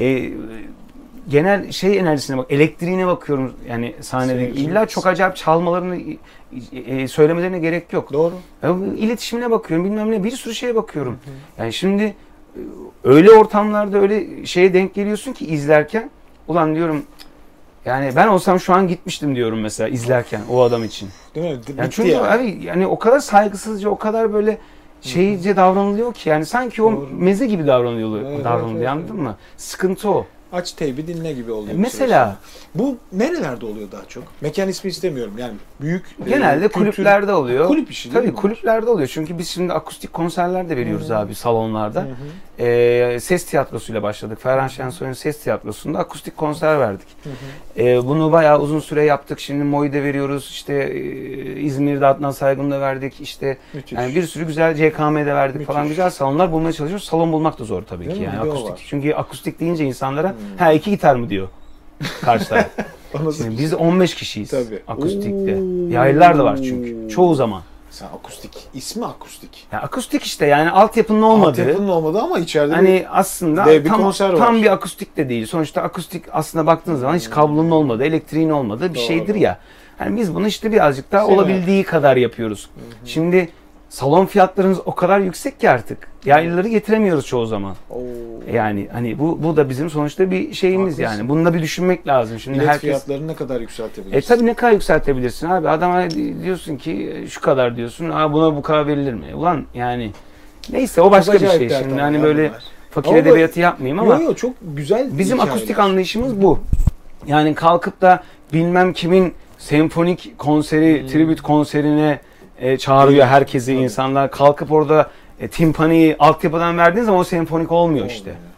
Genel enerjisine elektriğine bakıyorum yani sahnede. İlla çok acayip çalmalarını söylemelerine gerek yok. Doğru. İletişimine bakıyorum, bilmem ne bir sürü şeye bakıyorum. Yani şimdi öyle ortamlarda öyle şeye denk geliyorsun ki izlerken ulan diyorum yani ben olsam şu an gitmiştim diyorum mesela izlerken o adam için. Değil mi? Yani çünkü abi yani o kadar saygısızca o kadar böyle şeyce davranılıyor ki yani sanki o meze gibi davranılıyor anladın mı? Sıkıntı o. Aç teybi dinle gibi oluyor. Mesela. Bu nerelerde oluyor daha çok? Mekan ismi istemiyorum yani büyük. Genelde kulüplerde oluyor. Kulüp işi tabii kulüplerde oluyor çünkü biz şimdi akustik konserler de veriyoruz abi salonlarda. Ses tiyatrosuyla başladık. Ferhan Şensoy'un ses tiyatrosunda akustik konser verdik. Bunu bayağı uzun süre yaptık. Şimdi Moi'de veriyoruz. İşte İzmir'de Adnan Saygun'da verdik. İşte yani bir sürü güzel CKM'de verdik falan güzel salonlar bulmaya çalışıyoruz. Salon bulmak da zor tabii ki yani akustik. Çünkü akustik deyince insanlara 2 gitar mı diyor karşı taraf. Şimdi biz 15 kişiyiz akustikte. Yaylılar da var çünkü çoğu zaman. Sen akustik. İsmi akustik. Ya akustik işte yani altyapının olmadığı. Altyapının olmadığı ama içeride hani aslında tam bir akustik de değil. Sonuçta akustik aslında baktığın zaman hiç kablonun olmadığı, elektriğin olmadığı bir şeydir ya. Yani biz bunu işte birazcık daha olabildiği kadar yapıyoruz. Şimdi salon fiyatlarımız o kadar yüksek ki artık. Yaylıları getiremiyoruz çoğu zaman. Yani hani bu da bizim sonuçta bir şeyimiz yani. Bunu da bir düşünmek lazım. Şimdi bilet fiyatlarını ne kadar yükseltebilirsin? Tabii ne kadar yükseltebilirsin abi. Adama diyorsun ki şu kadar diyorsun. Buna bu kadar verilir mi? Ulan yani neyse o başka bir şey. Şimdi hani böyle fakir edebiyatı yapmayayım ama yok çok güzel. Bizim akustik anlayışımız bu. Yani kalkıp da bilmem kimin senfonik konseri, tribüt konserine çağırıyor herkesi insanlar. Kalkıp orada timpaniyi altyapıdan verdiğin zaman o senfonik olmuyor işte.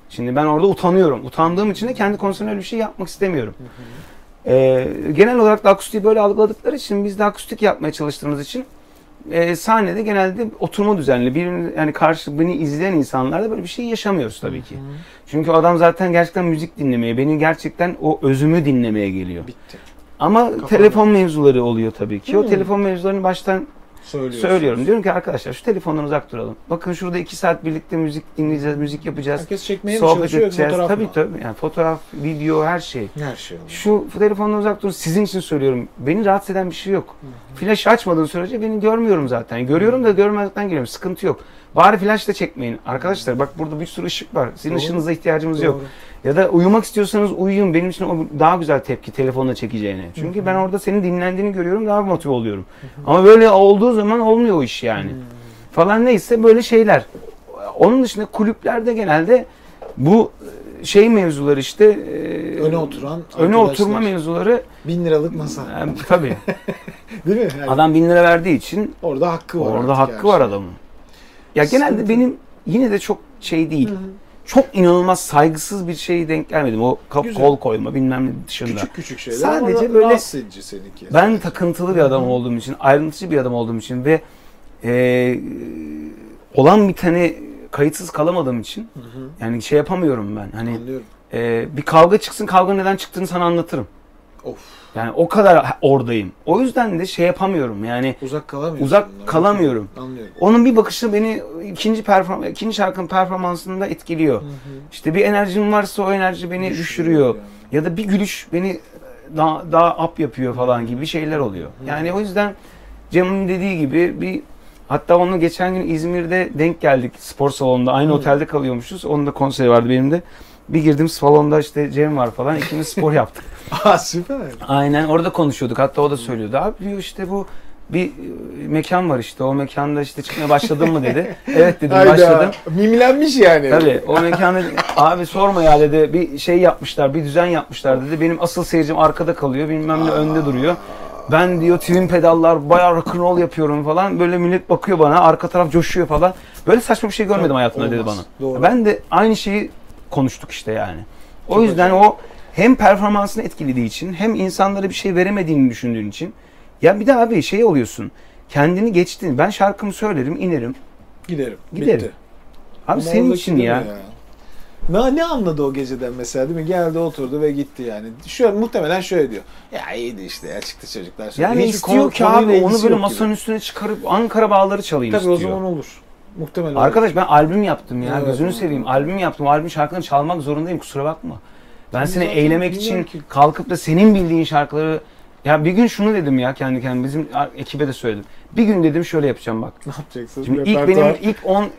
Şimdi ben orada utanıyorum. Utandığım için de kendi konserine öyle bir şey yapmak istemiyorum. Genel olarak da akustiği böyle algıladıkları için biz de akustik yapmaya çalıştığımız için sahnede genelde oturma düzenli. Yani karşı beni izleyen insanlarda böyle bir şey yaşamıyoruz tabii ki. Çünkü adam zaten gerçekten müzik dinlemeye, benim gerçekten o özümü dinlemeye geliyor. Bitti. Ama telefon mevzuları oluyor tabii ki. O telefon mevzularını baştan söylüyorum. Diyorum ki arkadaşlar şu telefondan uzak duralım. Bakın şurada 2 saat birlikte müzik dinleyeceğiz, müzik yapacağız. Herkes çekmeye mi sohbet çalışıyor, edeceğiz. fotoğraf Tabii mı? tabii. Yani fotoğraf, video, her şey. Her şey. Şu telefondan uzak durun. Sizin için söylüyorum. Beni rahatsız eden bir şey yok. Flash açmadığın sürece beni görmüyorum zaten. Görüyorum da görmezden geliyorum. Sıkıntı yok. Bari flash da çekmeyin. Arkadaşlar bak burada bir sürü ışık var. Sizin ışığınıza ihtiyacımız yok. Ya da uyumak istiyorsanız uyuyun. Benim için o daha güzel tepki telefonla çekeceğine. Çünkü ben orada senin dinlendiğini görüyorum. Daha motive oluyorum. Ama böyle olduğu zaman olmuyor o iş yani. Falan neyse böyle şeyler. Onun dışında kulüplerde genelde bu şey mevzuları işte öne oturma mevzuları 1000 liralık masa. Tabii. Değil mi? Yani adam 1000 lira verdiği için orada hakkı var. Orada hakkı var adamın. Ya genelde benim yine de çok şey değil. Çok inanılmaz saygısız bir şeye denk gelmedim. O kol koyma bilmem ne dışında. Küçük şeyler. Sadece böyle seninki. Ben takıntılı bir adam olduğum için, ayrıntıcı bir adam olduğum için ve olan biteni kayıtsız kalamadığım için yani şey yapamıyorum ben. Hani bir kavga çıksın, kavga neden çıktığını sana anlatırım. Of. Yani o kadar oradayım. O yüzden de şey yapamıyorum. Yani uzak kalamıyorum. Anlıyorum. Onun bir bakışı beni ikinci şarkının performansında etkiliyor. İşte bir enerjim varsa o enerji beni düşürüyor. Yani. Ya da bir gülüş beni daha up yapıyor falan gibi şeyler oluyor. Yani o yüzden Cem'in dediği gibi hatta onunla geçen gün İzmir'de denk geldik spor salonunda. Aynı otelde kalıyormuşuz. Onun da konseri vardı benim de. Bir girdim salonda işte Cem var falan. İkimiz spor yaptık. Süper. Aynen orada konuşuyorduk. Hatta o da söylüyordu. Abi diyor işte bu bir mekan var işte. O mekanda işte çıkmaya başladın mı dedi. Evet dedim başladım. Mimlenmiş yani. Tabii o mekanda abi sorma ya dedi. Bir şey yapmışlar, bir düzen yapmışlar dedi. Benim asıl seyircim arkada kalıyor. Bilmem ne önde duruyor. Ben diyor twin pedallar bayağı rock'n'roll yapıyorum falan. Böyle millet bakıyor bana. Arka taraf coşuyor falan. Böyle saçma bir şey görmedim hayatımda dedi bana. Doğru. Ben de aynı şeyi konuştuk işte yani. O yüzden o hem performansını etkilediği için hem insanlara bir şey veremediğini düşündüğün için ya bir de abi şey oluyorsun. Kendini geçtin. Ben şarkımı söylerim, inerim. Giderim. Bitti. Abi ama senin için ya. Ne anladı o geceden mesela değil mi? Geldi oturdu ve gitti yani. Muhtemelen şöyle diyor. Ya iyiydi işte ya çıktı çocuklar. Yani istiyor ki abi onu böyle masanın üstüne çıkarıp Ankara Bağları çalayım tabii istiyor. Tabii o zaman olur. Muhtemelen arkadaş ben albüm yaptım ya. Evet, gözünü seveyim. Albüm yaptım. O albüm şarkılarını çalmak zorundayım. Kusura bakma. Ben seni eğlemek için kalkıp da senin bildiğin şarkıları ya bir gün şunu dedim ya kendi kendime bizim ekibe de söyledim. Bir gün dedim şöyle yapacağım bak. Ne yapacaksın? Şimdi ilk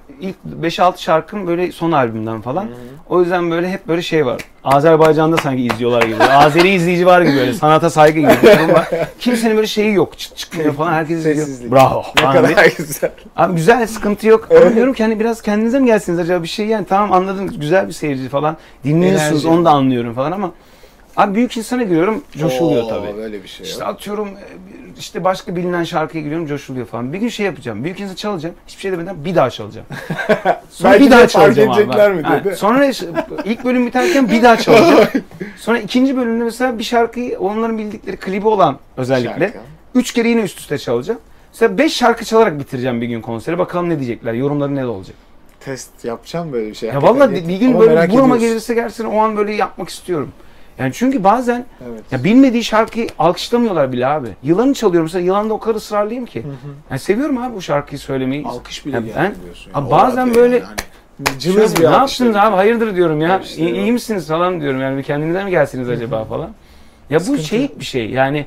5-6 şarkım böyle son albümden falan. O yüzden böyle hep böyle şey var. Azerbaycan'da sanki izliyorlar gibi. Azeri izleyici var gibi böyle sanata saygı gibi bir durum var. Kimsenin böyle şeyi yok. Çıkmıyor falan herkes izliyor. Bravo. Ne kadar güzel. Abi güzel sıkıntı yok. Ama diyorum ki hani biraz kendinize mi gelsiniz acaba bir şey yani tamam anladım güzel bir seyirci falan. Dinliyorsunuz onu da anlıyorum falan ama abi büyük insana giriyorum coşuluyor tabii. Böyle bir şey işte atıyorum işte başka bilinen şarkıya giriyorum coşuluyor falan. Bir gün şey yapacağım. Büyük insan çalacağım. Hiçbir şey demeden bir daha çalacağım. Sonra bir daha çalacağım abi. Mi dedi? Sonra ilk bölüm biterken bir daha çalacağım. Sonra ikinci bölümde mesela bir şarkıyı onların bildikleri klibi olan özellikle 3 kere yine üst üste çalacağım. Mesela 5 şarkı çalarak bitireceğim bir gün konseri. Bakalım ne diyecekler. Yorumları ne olacak. Test yapacağım böyle bir şey. Ya vallahi bir gün böyle burama gelirse gerçekten o an böyle yapmak istiyorum. Yani çünkü bazen ya bilmediği şarkıyı alkışlamıyorlar bile abi. Yılan'ı çalıyorum mesela Yılan'da o kadar ısrarlıyım ki. Yani seviyorum abi bu şarkıyı söylemeyi. Alkış bile gelmiyorsun. Abi bazen böyle cılız bir ne yaptınız abi hayırdır diyorum ya. İyi misiniz falan diyorum yani bir kendinize mi gelsiniz acaba falan. Ya bu şey bir şey yani.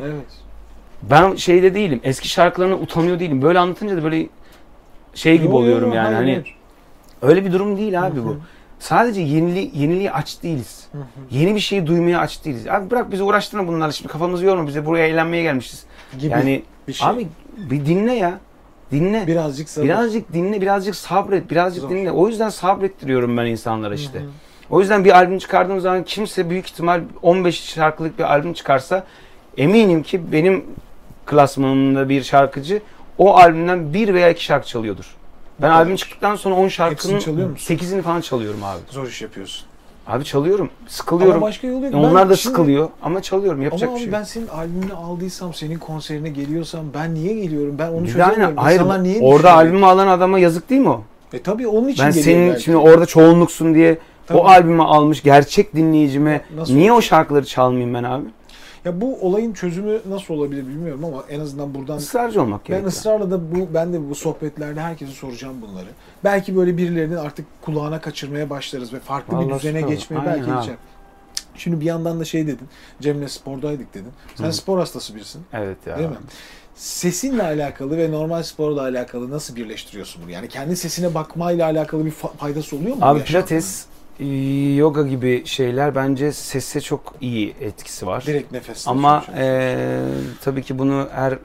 Ben şeyde değilim. Eski şarkılarına utanıyor değilim. Böyle anlatınca da böyle şey gibi oluyorum yani hani. Öyle bir durum değil abi bu. Sadece yeniliği aç değiliz. Yeni bir şeyi duymaya aç değiliz. Abi bırak bizi uğraştırma bunlarla şimdi kafamızı yorma bize buraya eğlenmeye gelmişiz. Gibi yani bir şey. Abi bir dinle ya. Dinle. Birazcık sabır. Birazcık dinle, birazcık sabret, birazcık dinle. O yüzden sabrettiriyorum ben insanlara işte. O yüzden bir albüm çıkardığım zaman kimse büyük ihtimal 15 şarkılık bir albüm çıkarsa eminim ki benim klasmanımda bir şarkıcı o albümden 1 veya 2 şarkı çalıyordur. Ben albüm çıktıktan sonra 10 şarkının 8'ini falan çalıyorum abi. Zor iş yapıyorsun. Abi çalıyorum. Sıkılıyorum. Ama başka yolu yok. Onlar da sıkılıyor ama çalıyorum. Yapacak ama bir şey ben yok. senin albümünü aldıysam, senin konserine geliyorsam ben niye geliyorum? Ben onu Yani, çözemiyorum. hayır, niye orada albümü alan adama yazık değil mi o? Tabii onun için ben geliyor senin belki. şimdi orada çoğunluksun diye Tabii. o albümü almış gerçek dinleyicime niye olacak? o şarkıları çalmayayım ben abi? Ya bu olayın çözümü nasıl olabilir bilmiyorum ama en azından buradan ısrarcı olmak gerekiyor. Ben ısrarla da ben de bu sohbetlerde herkese soracağım bunları. Belki böyle birilerinin artık kulağına kaçırmaya başlarız ve farklı bir düzene geçmeye belki geçer. Şimdi bir yandan da şey dedin. Cem'le spordaydık dedin. Sen spor hastası birisin. Evet ya. Değil mi? Sesinle alakalı ve normal sporla alakalı nasıl birleştiriyorsun bunu? Yani kendi sesine bakmayla alakalı bir faydası oluyor mu? Abi pilates, yoga gibi şeyler bence sese çok iyi etkisi var. Direkt nefes. Ama tabii ki bunu her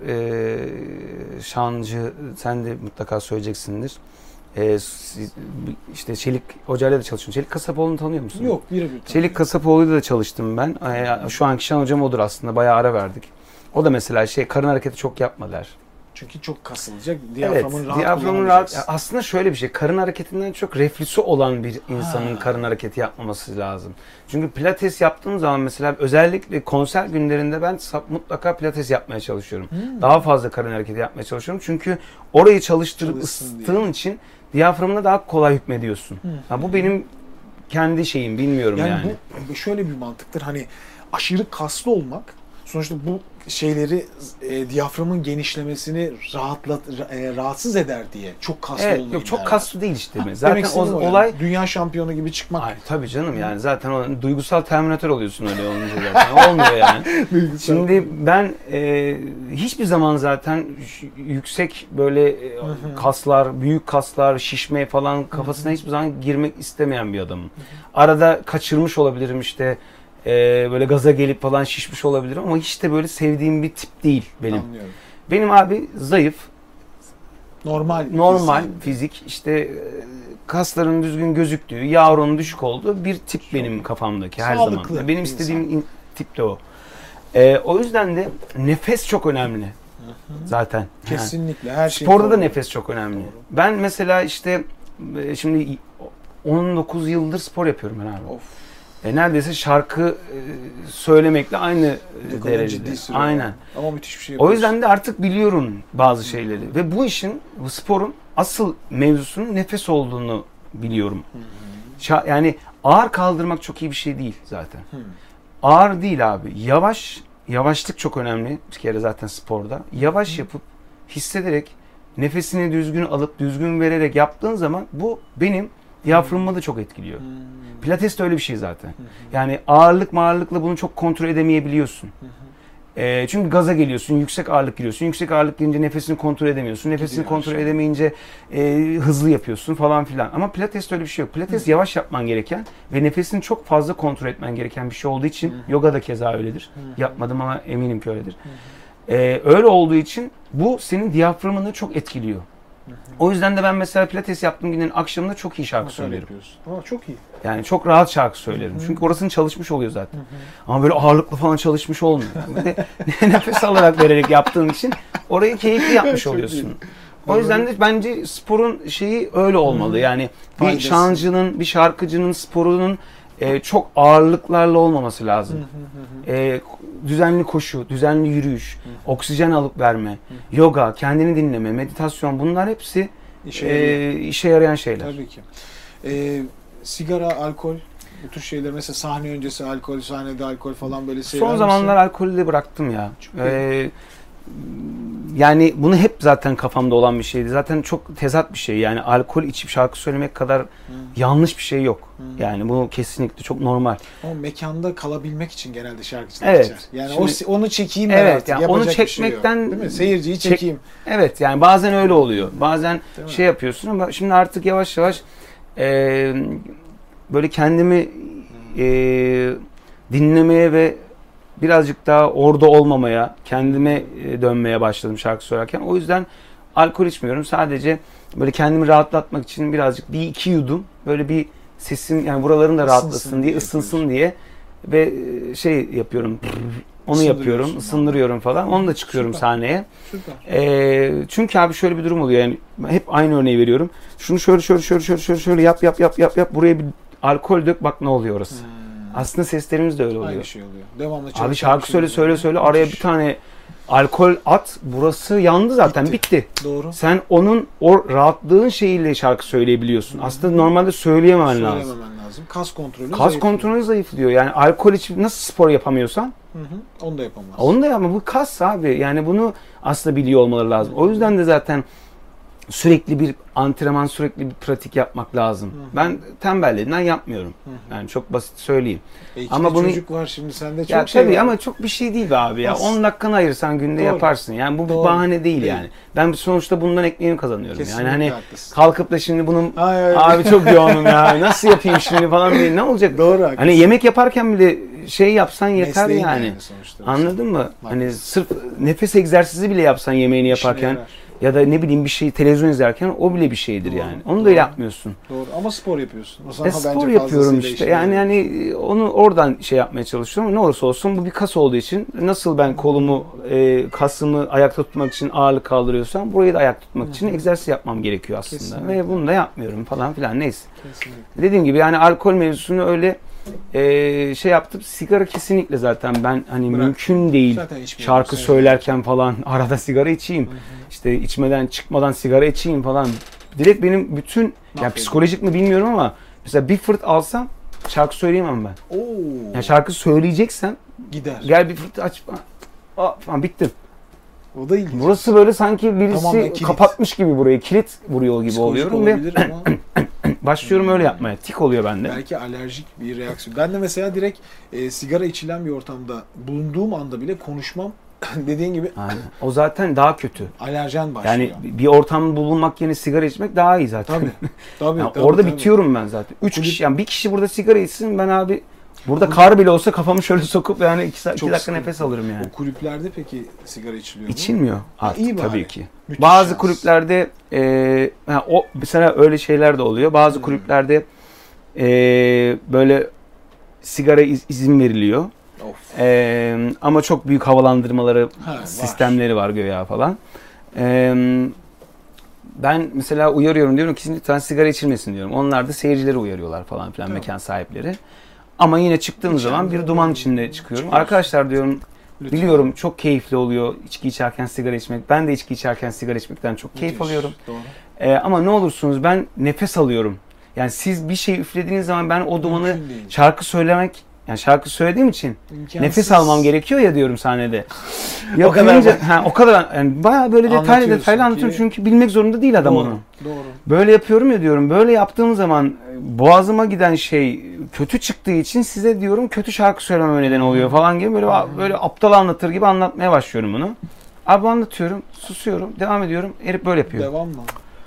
şancı sen de mutlaka söyleyeceksindir. İşte Çelik Hoca'yla da çalışıyorum. Çelik Kasapoğlu'nu tanıyor musun? Yok, birebir. Çelik Kasapoğlu'yla da çalıştım ben. Şu anki şan hocam odur aslında. Bayağı ara verdik. O da mesela karın hareketi çok yapma der. Çünkü çok kasılacak. Diyaframın rahat. Diyaframın rahat. Aslında şöyle bir şey. Karın hareketinden çok reflüsü olan bir insanın karın hareketi yapmaması lazım. Çünkü pilates yaptığım zaman mesela özellikle konser günlerinde ben mutlaka pilates yapmaya çalışıyorum. Daha fazla karın hareketi yapmaya çalışıyorum. Çünkü orayı çalıştırıp ısıttığın için diyaframına daha kolay hükmediyorsun. Bu benim kendi şeyim, bilmiyorum yani. Bu şöyle bir mantıktır. Hani aşırı kaslı olmak sonuçta bu şeyleri diyaframın genişlemesini rahatsız eder diye. Çok kaslı olmayın. Yok çok kaslı değil işte. Zaten olay dünya şampiyonu gibi çıkmak. Ay, tabii canım yani zaten duygusal terminatör oluyorsun öyle olunca zaten. Olmuyor yani. Şimdi ben hiçbir zaman zaten yüksek böyle kaslar, büyük kaslar, şişme falan kafasına hiçbir zaman girmek istemeyen bir adamım. Arada kaçırmış olabilirim işte. Böyle gaza gelip falan şişmiş olabilirim ama hiç de böyle sevdiğim bir tip değil benim. Anlıyorum. Benim abi zayıf, normal fizik, işte kasların düzgün gözüktüğü, yağ oranının düşük olduğu bir tip benim kafamdaki her zaman. Benim istediğim tip de o. O yüzden de nefes çok önemli. Zaten. Kesinlikle. Her şey sporda da nefes çok önemli. Doğru. Ben mesela işte şimdi 19 yıldır spor yapıyorum ben abi. Of. Neredeyse şarkı söylemekle aynı derecede. Aynen. Ama müthiş bir şey yapıyorsun. O yüzden de artık biliyorum bazı şeyleri. Ve bu sporun asıl mevzusunun nefes olduğunu biliyorum. Yani ağır kaldırmak çok iyi bir şey değil zaten. Ağır değil abi. Yavaşlık çok önemli. Bir kere zaten sporda. Yavaş yapıp hissederek nefesini düzgün alıp düzgün vererek yaptığın zaman bu benim diyaframımı da çok etkiliyor. Pilates de öyle bir şey zaten. Yani ağırlıkla bunu çok kontrol edemeyebiliyorsun. Çünkü gaza geliyorsun, yüksek ağırlık giriyorsun. Yüksek ağırlık gelince nefesini kontrol edemiyorsun. Nefesini kontrol edemeyince hızlı yapıyorsun falan filan. Ama Pilates'te öyle bir şey yok. Pilates yavaş yapman gereken ve nefesini çok fazla kontrol etmen gereken bir şey olduğu için yoga da keza öyledir. Yapmadım ama eminim ki öyledir. Öyle olduğu için bu senin diyaframını çok etkiliyor. O yüzden de ben mesela pilates yaptığım günün akşamında çok iyi şarkı söylerim. Ama çok iyi. Yani çok rahat şarkı söylerim. Çünkü orasını çalışmış oluyor zaten. Ama böyle ağırlıklı falan çalışmış olmuyor. Nefes alarak vererek yaptığın için orayı keyifli yapmış oluyorsun. O yüzden de bence sporun şeyi öyle olmalı. Yani bir şancının, bir şarkıcının sporunun çok ağırlıklarla olmaması lazım. Düzenli koşu, düzenli yürüyüş, oksijen alıp verme, yoga, kendini dinleme, meditasyon, bunlar hepsi işe yarayan şeyler. Tabii ki. Sigara, alkol, bu tür şeyler mesela sahne öncesi alkol, sahnede alkol falan böyle sever Son zamanlar alkolü de bıraktım ya. Yani bunu hep zaten kafamda olan bir şeydi. Zaten çok tezat bir şey. Yani alkol içip şarkı söylemek kadar yanlış bir şey yok. Yani bu kesinlikle çok normal. Ama mekanda kalabilmek için genelde şarkıcılar içer. Yani şimdi, onu çekeyim ben artık. Yani onu çekmekten şey değil mi? Seyirciyi çekeyim. Evet yani bazen öyle oluyor. Bazen şey yapıyorsun ama şimdi artık yavaş yavaş böyle kendimi dinlemeye ve birazcık daha orada olmamaya, kendime dönmeye başladım şarkı söylerken. O yüzden alkol içmiyorum. Sadece böyle kendimi rahatlatmak için birazcık bir iki yudum böyle bir sesim yani buraların da rahatlasın diye, ısınsın diye ve şey yapıyorum. Onu yapıyorum, ısındırıyorum falan. Onu da çıkıyorum sahneye. Çünkü abi şöyle bir durum oluyor. Yani hep aynı örneği veriyorum. Şunu şöyle yap. Buraya bir alkol dök bak ne oluyor orası. Aslında seslerimiz de öyle oluyor. Aynı şey oluyor. Devamlı abi şarkı söyle araya bir tane alkol at, burası yandı zaten, bitti. Doğru. Sen onun o rahatlığın şeyiyle şarkı söyleyebiliyorsun. Aslında normalde söyleyememen lazım. Kas kontrolü zayıflıyor. Yani alkol içip nasıl spor yapamıyorsan onu da yapamaz. Onu da yapma. Bu kas abi. Yani bunu aslında biliyor olmaları lazım. O yüzden de zaten sürekli bir antrenman, sürekli bir pratik yapmak lazım. Ben tembelliğinden yapmıyorum. Yani çok basit söyleyeyim. Ama bunu çocuk var şimdi sende çok ya şey tabii var. ama çok bir şey değil be abi ya. 10 dakikanı ayırsan günde yaparsın. Yani bu bir bahane değil yani. Ben sonuçta bundan ekmeğimi kazanıyorum. Kesinlikle yani hani haklısın. Kalkıp da şimdi bunun abi çok yoğunum ya. Nasıl yapayım şimdi falan diye ne olacak? Doğru. Haklısın. Hani yemek yaparken bile şey yapsan yeter mesleğin yani. Anladın mı? Haklısın. Hani sırf nefes egzersizi bile yapsan yemeğini yaparken ya da ne bileyim bir şey televizyon izlerken o bile bir şeydir yani. Onu da yapmıyorsun. Doğru ama spor yapıyorsun. O zaman spor yapıyorum işte. Yani onu oradan şey yapmaya çalışıyorum. Ne olursa olsun bu bir kas olduğu için nasıl ben kolumu, kasımı ayakta tutmak için ağırlık kaldırıyorsam burayı da ayakta tutmak için egzersiz yapmam gerekiyor aslında. Kesinlikle. Ve bunu da yapmıyorum falan filan neyse. Kesinlikle. Dediğim gibi yani alkol mevzusunu öyle şey yaptım. Sigara kesinlikle zaten ben hani mümkün değil şarkı söylerken falan arada sigara içeyim. İşte içmeden çıkmadan sigara içeyim falan. Direkt benim bütün yani psikolojik mi bilmiyorum ama mesela bir fırt alsam şarkı söyleyemem ben. Yani şarkı söyleyeceksem gider. Gel bir fırt aç falan bittim. O da ilginç. Burası böyle sanki birisi kapatmış gibi burayı kilit vuruyor gibi oluyorum ve başlıyorum öyle yapmaya. Tik oluyor bende. Belki alerjik bir reaksiyon. Ben de mesela direkt sigara içilen bir ortamda bulunduğum anda bile konuşmam dediğin gibi. Aynen. O zaten daha kötü. Alerjen başlıyor. Yani bir ortamda bulunmak yerine sigara içmek daha iyi zaten. Tabii. Yani orada bitiyorum ben zaten. 3 kişi yani bir kişi burada sigara içsin ben abi burada kar bile olsa kafamı şöyle sokup yani 2 dakika nefes alırım yani. O kulüplerde peki sigara içiliyor mu? İçilmiyor artık iyi tabii ki. Müthiş bazı kulüplerde o mesela öyle şeyler de oluyor. Bazı kulüplerde böyle sigara izin veriliyor. Ama çok büyük havalandırmaları sistemleri var göya falan. Ben mesela uyarıyorum diyorum ki lütfen sigara içilmesin diyorum. Onlar da seyircileri uyarıyorlar falan filan mekan sahipleri. Ama yine çıktığım zaman bir duman içinde çıkıyorum. Arkadaşlar diyorum biliyorum çok keyifli oluyor içki içerken sigara içmek. Ben de içki içerken sigara içmekten çok keyif alıyorum. Ama ne olursunuz ben nefes alıyorum. Yani siz bir şey üflediğiniz zaman ben o dumanı şarkı söylemek yani şarkı söylediğim için nefes almam gerekiyor ya diyorum sahnede. O kadar yani bayağı böyle detaylı anlatıyorum çünkü bilmek zorunda değil adam onu. Doğru. Böyle yapıyorum ya diyorum. Böyle yaptığım zaman boğazıma giden şey kötü çıktığı için size diyorum kötü şarkı söylememe neden oluyor falan gibi böyle aptal anlatır gibi anlatmaya başlıyorum bunu. Abi anlatıyorum, susuyorum, devam ediyorum. Herif böyle yapıyor. Devam mı?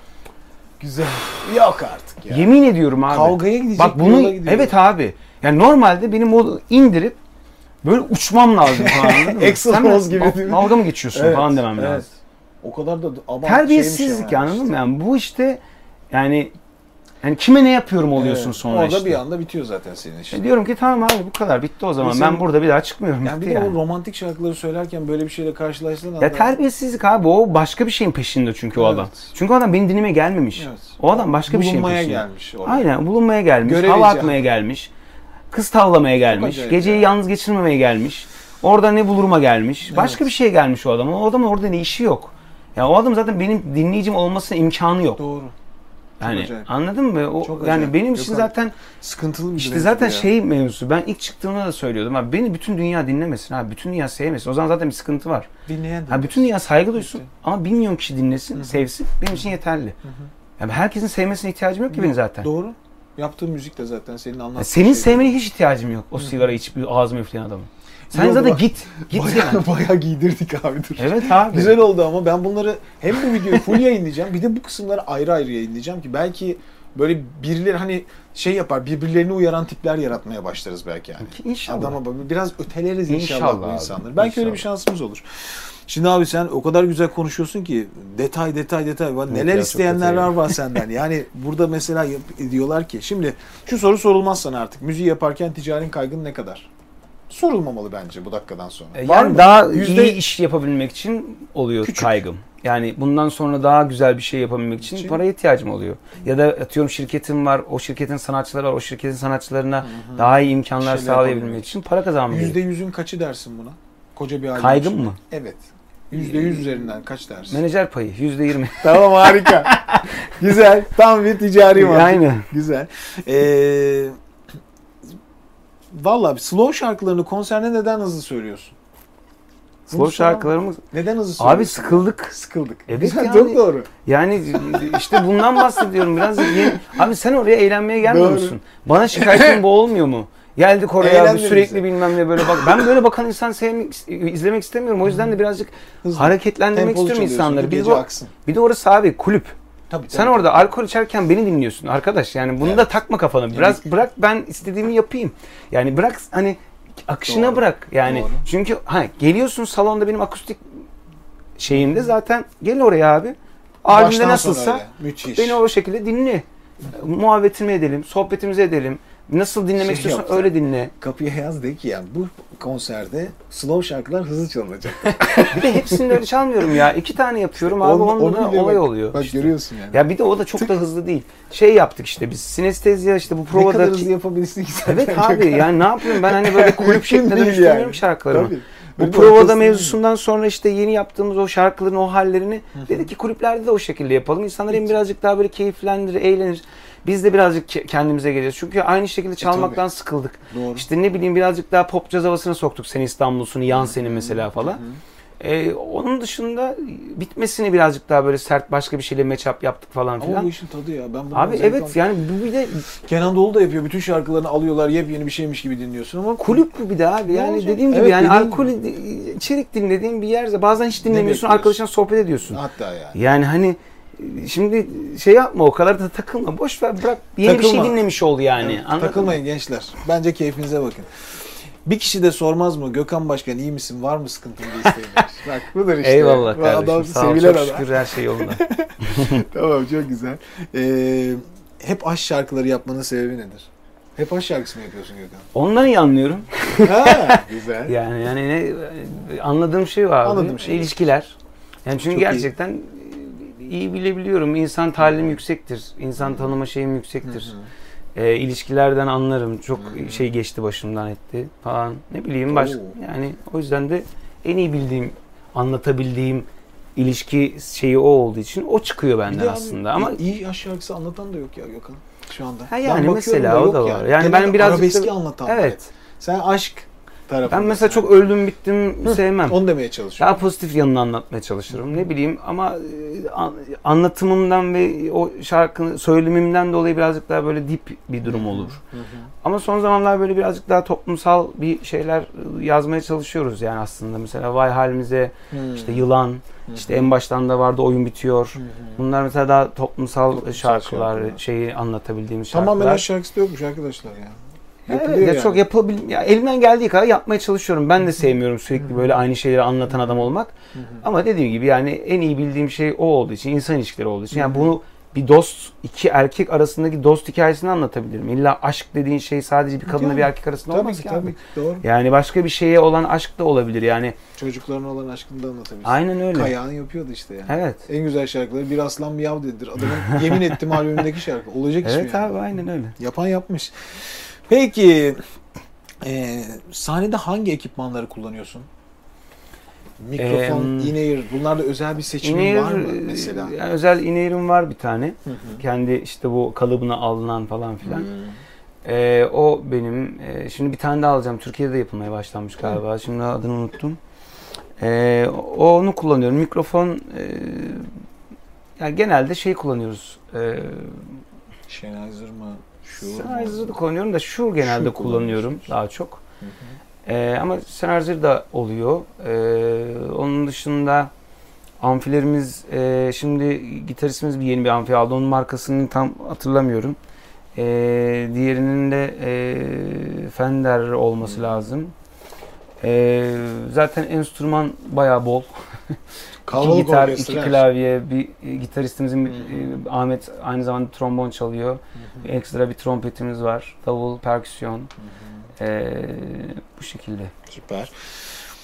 Güzel. Yok artık ya. Yemin ediyorum abi. Kavgaya gidecek bak bunu evet abi. Yani normalde benim o indirip böyle uçmam lazım falan. Exos gibi değil mi? Dalga mı geçiyorsun falan demem lazım. O kadar da terbiyesizlik anladın mı? Yani bu işte yani kime ne yapıyorum oluyorsun sonra orada işte. Orada bir anda bitiyor zaten senin işte. Diyorum ki tamam abi bu kadar bitti o zaman. Ben burada bir daha çıkmıyorum. Yani bir de o romantik şarkıları söylerken böyle bir şeyle karşılaştığın anda. Ya terbiyesizlik abi o başka bir şeyin peşinde çünkü o adam. Çünkü o adam beni dinlemeye gelmemiş. Evet. O adam başka bir şeyin peşinde. Bulunmaya gelmiş. Orada. Aynen bulunmaya gelmiş. Hava atmaya gelmiş. Kız tavlamaya gelmiş. Geceyi yalnız geçirmemeye gelmiş. Orada ne buluruma gelmiş. Başka bir şeye gelmiş o adam. O adamın orada ne işi yok. Ya o adam zaten benim dinleyicim olmasına imkanı yok. Doğru. Yani anladın mı? O yani benim için zaten sıkıntılı bir işte zaten mevzusu. Ben ilk çıktığımda da söylüyordum abi beni bütün dünya dinlemesin abi. Bütün dünya sevmesin. O zaman zaten bir sıkıntı var. Dinleyen bütün dünya saygı duysun ama 1 milyon kişi dinlesin, sevsin. Benim için yeterli. Yani herkesin sevmesine ihtiyacım yok ki benim zaten. Doğru. Yaptığın müzik de zaten senin anlattığın senin sevmene hiç ihtiyacım yok. O sigara içip ağzıma üfleyen adamın. Sen zaten git bayağı giydirdik abi dur. Evet abi. Güzel oldu ama ben bunları hem bu videoyu full yayınlayacağım bir de bu kısımları ayrı ayrı yayınlayacağım ki belki böyle birileri hani şey yapar birbirlerini uyaran tipler yaratmaya başlarız belki yani. İnşallah. Adama biraz öteleriz inşallah bu insanları. Belki öyle bir şansımız olur. Şimdi abi sen o kadar güzel konuşuyorsun ki detay. Neler isteyenler var senden. Yani burada mesela diyorlar ki şimdi şu soru sorulmaz sana artık. Müziği yaparken ticari kaygın ne kadar? Sorulmamalı bence bu dakikadan sonra. Yani daha iyi iş yapabilmek için oluyor kaygım. Yani bundan sonra daha güzel bir şey yapabilmek için paraya ihtiyacım oluyor. Ya da atıyorum şirketim var, o şirketin sanatçıları var, o şirketin sanatçılarına daha iyi imkanlar sağlayabilmek için para kazanmam gerekiyor. %100'ün kaçı dersin buna? Koca bir aile. Kaygım mı? Evet. %100 üzerinden kaç dersin? Menajer payı %20. Tamam, harika. Güzel. Tam bir ticari mantık. Aynen. Güzel. Vallahi slow şarkılarını konserde neden hızlı söylüyorsun? Slow şarkılarımız... Neden hızlı söylüyorsun? Abi sıkıldık. Sıkıldık. Evet güzel, yani, çok doğru. Yani işte bundan bahsediyorum biraz. Abi sen oraya eğlenmeye gelmiyor musun? Bana şikayetin bu olmuyor mu? Geldik oraya abi, sürekli bilmem ne böyle bak. Ben böyle bakan insan izlemek istemiyorum. O yüzden de birazcık hareketlendirmek istiyorum insanları. Bir de orası abi kulüp. Tabii. Sen orada alkol içerken beni dinliyorsun arkadaş. Yani bunu da takma kafana. Biraz bırak ben istediğimi yapayım. Yani bırak hani akışına bırak. Yani çünkü geliyorsun salonda benim akustik şeyimde zaten gel oraya abi. Albümde nasılsa beni o şekilde dinle. Muhabbetimi edelim, sohbetimizi edelim. Nasıl dinlemek istiyorsan öyle dinle. Kapıya yaz de ki yani bu konserde slow şarkılar hızlı çalınacak. Bir de hepsini öyle çalmıyorum ya. 2 tane yapıyorum abi, onda da olay oluyor. Bak işte. Görüyorsun yani. Ya bir de o da çok da hızlı değil. Şey yaptık işte biz sinestezya işte bu provada. Ne kadar hızlı yapabilirsin ki sen? Evet abi yani ne yapıyorum ben hani böyle kulüp şeklinde dönüştürmüyorum yani şarkılarımı. Tabii. Bu provada mevzusundan sonra işte yeni yaptığımız o şarkıların o hallerini dedik ki kulüplerde de o şekilde yapalım. İnsanlar hem birazcık daha böyle keyiflendirir, eğlenir. Biz de birazcık kendimize geliriz. Çünkü aynı şekilde çalmaktan sıkıldık. Doğru. İşte ne bileyim birazcık daha pop caz havasına soktuk. Sen İstanbul'sun, Yan senin mesela falan. Onun dışında bitmesini birazcık daha böyle sert başka bir şeyle match-up yaptık falan filan. Ama bu işin tadı ya. Ben abi evet yani bu bir de... Kenan Doğulu da yapıyor. Bütün şarkılarını alıyorlar. Yepyeni bir şeymiş gibi dinliyorsun ama... Kulüp bu bir de abi. Yani dediğim gibi yani alkol içerik dinlediğin bir yerde bazen hiç dinlemiyorsun. Arkadaşınla sohbet ediyorsun. Hatta yani. Yani hani şimdi şey yapma, o kadar da takılma. Boş ver, bırak. Yeni bir şey dinlemiş ol yani. Evet, takılmayın gençler. Bence keyfinize bakın. Bir kişi de sormaz mı? Gökhan Başkan iyi misin? Var mı sıkıntın bir isteğin? Bak budur işte. Eyvallah kardeşim. Adam, sağ ol. Çok şükür her şey yolunda. Tamam, çok güzel. Hep aşk şarkıları yapmanın sebebi nedir? Hep aşk şarkısı mı yapıyorsun Gökhan? Onları iyi anlıyorum. Ha, güzel. yani ne anladığım şey var. Anladığım şey. İlişkiler. Yani çünkü çok gerçekten iyi bilebiliyorum. İnsan talim yüksektir. İnsan tanıma şeyim yüksektir. İlişkilerden anlarım. Çok şey geçti başımdan etti falan. Ne bileyim yani o yüzden de en iyi bildiğim, anlatabildiğim ilişki şeyi o olduğu için o çıkıyor benden aslında. Ama iyi aşk şarkısı anlatan da yok ya Gökhan şu anda. Ha yani mesela o da var. Yani ben birazcık arabeski anlatan. Evet. Sen aşk Ben mesela çok öldüm bittim sevmem. Onu demeye çalışıyorum. Daha pozitif yanını anlatmaya çalışırım. Ne bileyim ama anlatımımdan ve o şarkının söylemimden dolayı birazcık daha böyle dip bir durum olur. Ama son zamanlar böyle birazcık daha toplumsal bir şeyler yazmaya çalışıyoruz yani aslında. Mesela Vay Halimize, işte Yılan, işte en baştan da vardı Oyun Bitiyor. Bunlar mesela daha toplumsal şarkılar, şeyi anlatabildiğimiz şarkılar. Tamamen aşk şarkısı da yokmuş arkadaşlar ya. Evet, yani. Çok elimden geldiği kadar yapmaya çalışıyorum. Ben de sevmiyorum sürekli böyle aynı şeyleri anlatan adam olmak. Ama dediğim gibi yani en iyi bildiğim şey o olduğu için, insan ilişkileri olduğu için. Yani bunu bir dost, iki erkek arasındaki dost hikayesini anlatabilirim. İlla aşk dediğin şey sadece bir kadınla bir erkek arasında olmaz ki. Tabii ki, doğru. Yani başka bir şeye olan aşk da olabilir yani. Çocuklarına olan aşkını da anlatabilirsin. Aynen öyle. Kayağın yapıyordu işte yani. Evet. En güzel şarkıları Bir Aslan Miyav dedidir. Adamın yemin ettim albümündeki şarkı. Olacak iş mi? Evet abi aynen öyle. Yapan yapmış. Peki sahnede hangi ekipmanları kullanıyorsun? Mikrofon, in-ear, bunlarda özel bir seçimin var mı mesela? Yani özel in-ear'ım var bir tane. Kendi işte bu kalıbına alınan falan filan. O benim. Şimdi bir tane daha alacağım. Türkiye'de de yapılmaya başlanmış galiba. Şimdi adını unuttum. Onu kullanıyorum. Mikrofon yani genelde şey kullanıyoruz. Sennheiser mı? Sennheiser'ı kullanıyorum da Shure genelde kullanıyorum daha çok. Ama Sennheiser da oluyor. Onun dışında amfilerimiz, şimdi gitaristimiz yeni bir amfi aldı. Onun markasını tam hatırlamıyorum. Diğerinin de Fender olması lazım. Zaten enstrüman bayağı bol. 2 gitar, 2 klavye, bir gitaristimizin Ahmet aynı zamanda trombon çalıyor. Ekstra bir trompetimiz var. Davul, perküsyon. Bu şekilde. Süper.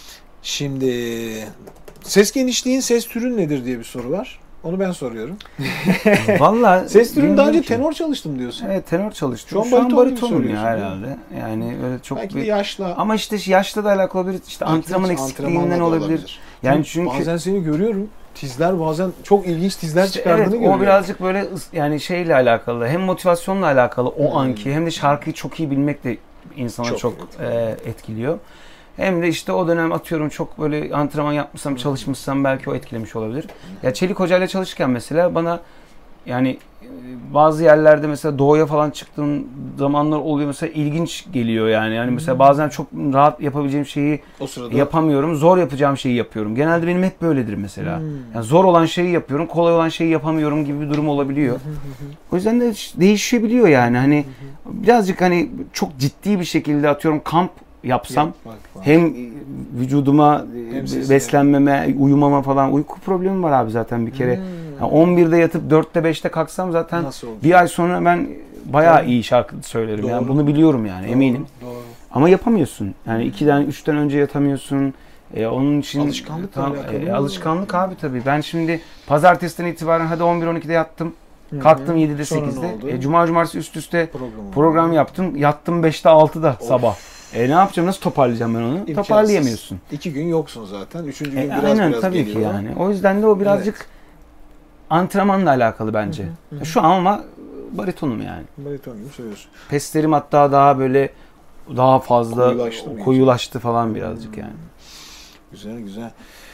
Şimdi ses genişliğin ses türün nedir diye bir soru var. Onu ben soruyorum. Vallahi ses türün daha önce tenor çalıştım diyorsun. Evet, tenor çalıştım. Şu an baritonum ya herhalde. Yani öyle çok belki bir yaşla. Ama işte yaşla da alakalı olabilir. İşte antrenman eksikliğinden olabilir. Yani çünkü bazen seni görüyorum. Tizler bazen çok ilginç tizler çıkardığını görüyorum. O birazcık böyle yani şeyle alakalı. Hem motivasyonla alakalı o anki hem de şarkıyı çok iyi bilmek de insana çok etkiliyor. Hem de işte o dönem atıyorum çok böyle antrenman yapmışsam, çalışmışsam belki o etkilemiş olabilir. Ya Çelik Hoca ile çalışırken mesela bana yani bazı yerlerde mesela doğuya falan çıktığım zamanlar oluyor, mesela ilginç geliyor yani. Yani mesela bazen çok rahat yapabileceğim şeyi yapamıyorum. Zor yapacağım şeyi yapıyorum. Genelde benim hep böyledir mesela. Yani zor olan şeyi yapıyorum, kolay olan şeyi yapamıyorum gibi bir durum olabiliyor. O yüzden de değişebiliyor yani. Hani birazcık hani çok ciddi bir şekilde atıyorum kamp yapsam hem vücuduma, hem beslenmeme, uyumama falan uyku problemim var abi zaten bir kere. Yani 11'de yatıp 4'te 5'te kalksam zaten bir ay sonra ben bayağı iyi şarkı söylerim. Doğru. Yani bunu biliyorum yani, eminim. Doğru. Ama yapamıyorsun. Yani 2'den 3'ten önce yatamıyorsun. Onun için alışkanlık abi tabii. Ben şimdi pazartesiden itibaren hadi 11-12'de yattım. Kalktım 7'de 8'de. Cuma cumartesi üst üste program yaptım. Yattım 5'te 6'da sabah. Ne yapacağım? Nasıl toparlayacağım ben onu? İmkansız. Toparlayamıyorsun. 2 gün yoksun zaten. 3. gün biraz tabii geliyor. Ki yani. O yüzden de o birazcık antrenmanla alakalı bence. Şu an ama baritonum yani. Bariton gibi söylüyorsun. Peslerim hatta daha böyle daha fazla koyulaştı falan birazcık yani. Güzel güzel.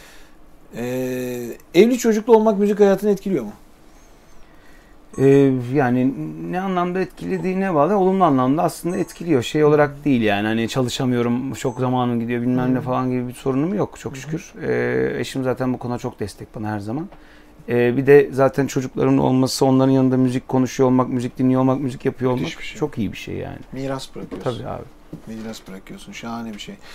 Evli çocuklu olmak müzik hayatını etkiliyor mu? Yani ne anlamda etkilediğine bağlı, olumlu anlamda aslında etkiliyor. Şey olarak değil yani hani çalışamıyorum, çok zamanım gidiyor bilmem ne falan gibi bir sorunum yok çok şükür. Eşim zaten bu konuda çok destek bana her zaman. Bir de zaten çocukların olması, onların yanında müzik konuşuyor olmak, müzik dinliyor olmak, müzik yapıyor olmak çok iyi bir şey yani. Miras bırakıyorsun. Tabii abi. Miras bırakıyorsun. Şahane bir şey.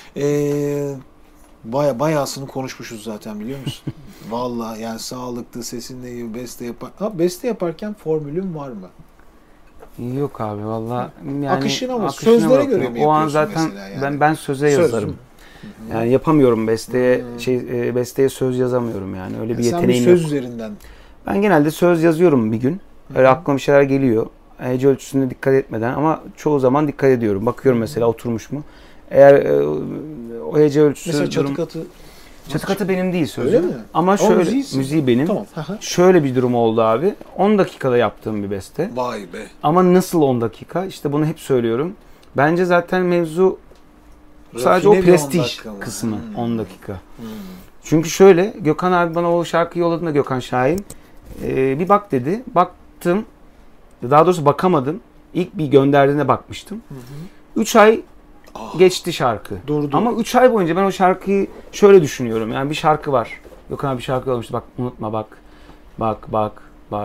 Bayağısını konuşmuşuz zaten biliyor musun? Vallahi yani sağlıklı, sesinle iyi, beste yaparken formülün var mı? Yok abi vallahi yani akışına mı? Sözlere göre mi yapıyorsun? O an zaten yani? ben söze yazarım. Yani yapamıyorum besteye söz yazamıyorum yani. Öyle bir yeteneğim yok. Sen söz üzerinden. Ben genelde söz yazıyorum bir gün. Öyle aklıma bir şeyler geliyor. Hece ölçüsüne dikkat etmeden ama çoğu zaman dikkat ediyorum. Bakıyorum mesela oturmuş mu? Eğer o hece ölçüsü... Mesela Çatı katı benim değil sözü. Öyle mi? Ama şöyle müziği benim. Tamam. Şöyle bir durum oldu abi. 10 dakikada yaptığım bir beste. Vay be. Ama nasıl 10 dakika? İşte bunu hep söylüyorum. Bence zaten mevzu sadece o prestij kısmı 10 dakika. Çünkü şöyle Gökhan abi bana o şarkıyı yolladığında, Gökhan Şahin bir bak dedi. Baktım. Daha doğrusu bakamadım. İlk bir gönderdiğine bakmıştım. 3 ay geçti şarkı. Doğru. Ama 3 ay boyunca ben o şarkıyı şöyle düşünüyorum. Yani bir şarkı var. Gökhan abi bir şarkı olmuştu. Bak unutma bak. Bak.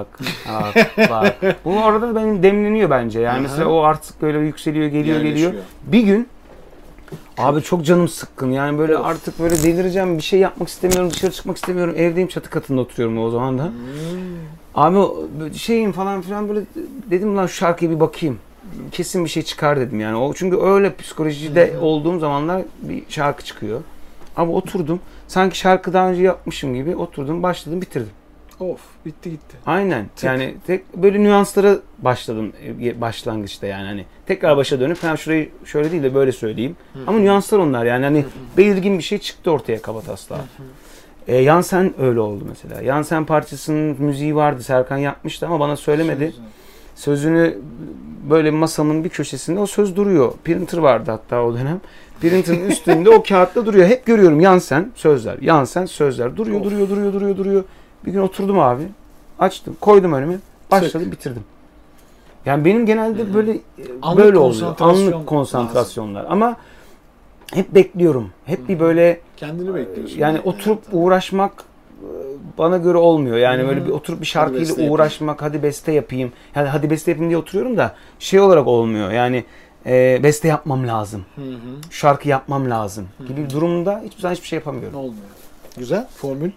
Bu orada benim demleniyor bence. Yani mesela o artık böyle yükseliyor, geliyor. Bir gün abi çok canım sıkkın. Yani böyle artık böyle delireceğim. Bir şey yapmak istemiyorum. Dışarı çıkmak istemiyorum. Evdeyim, çatı katında oturuyorum o zaman da. Abi şeyim falan filan böyle dedim lan şu şarkıya bir bakayım. Kesin bir şey çıkar dedim yani. O çünkü öyle psikolojide olduğum zamanlar bir şarkı çıkıyor. Ama oturdum. Sanki şarkı daha önce yapmışım gibi oturdum, başladım, bitirdim. Of, bitti gitti. Aynen. Yani tek böyle nüanslara başladım başlangıçta yani hani tekrar başa dönüp ben şurayı şöyle değil de böyle söyleyeyim. Ama nüanslar onlar yani hani belirgin bir şey çıktı ortaya kabataslağ. Yansen öyle oldu mesela. Yansen parçasının müziği vardı. Serkan yapmıştı ama bana söylemedi. Sözünü böyle masamın bir köşesinde o söz duruyor. Printer vardı hatta o dönem. Printer'ın üstünde o kağıtta duruyor. Hep görüyorum Yansen sözler. Yansen sözler. Duruyor. Bir gün oturdum abi. Açtım. Koydum önüme. Başladım, bitirdim. Yani benim genelde böyle oluyor. Anlık konsantrasyonlar. Ama hep bekliyorum. Hep bir böyle kendini bekliyorsun. Yani oturup uğraşmak bana göre olmuyor. Yani böyle bir oturup bir şarkıyla uğraşmak, hadi beste yapayım. Yani hadi beste yapayım diye oturuyorum da şey olarak olmuyor. Yani beste yapmam lazım. Şarkı yapmam lazım gibi bir durumda hiçbir zaman hiçbir şey yapamıyorum. Olmuyor. Güzel formül.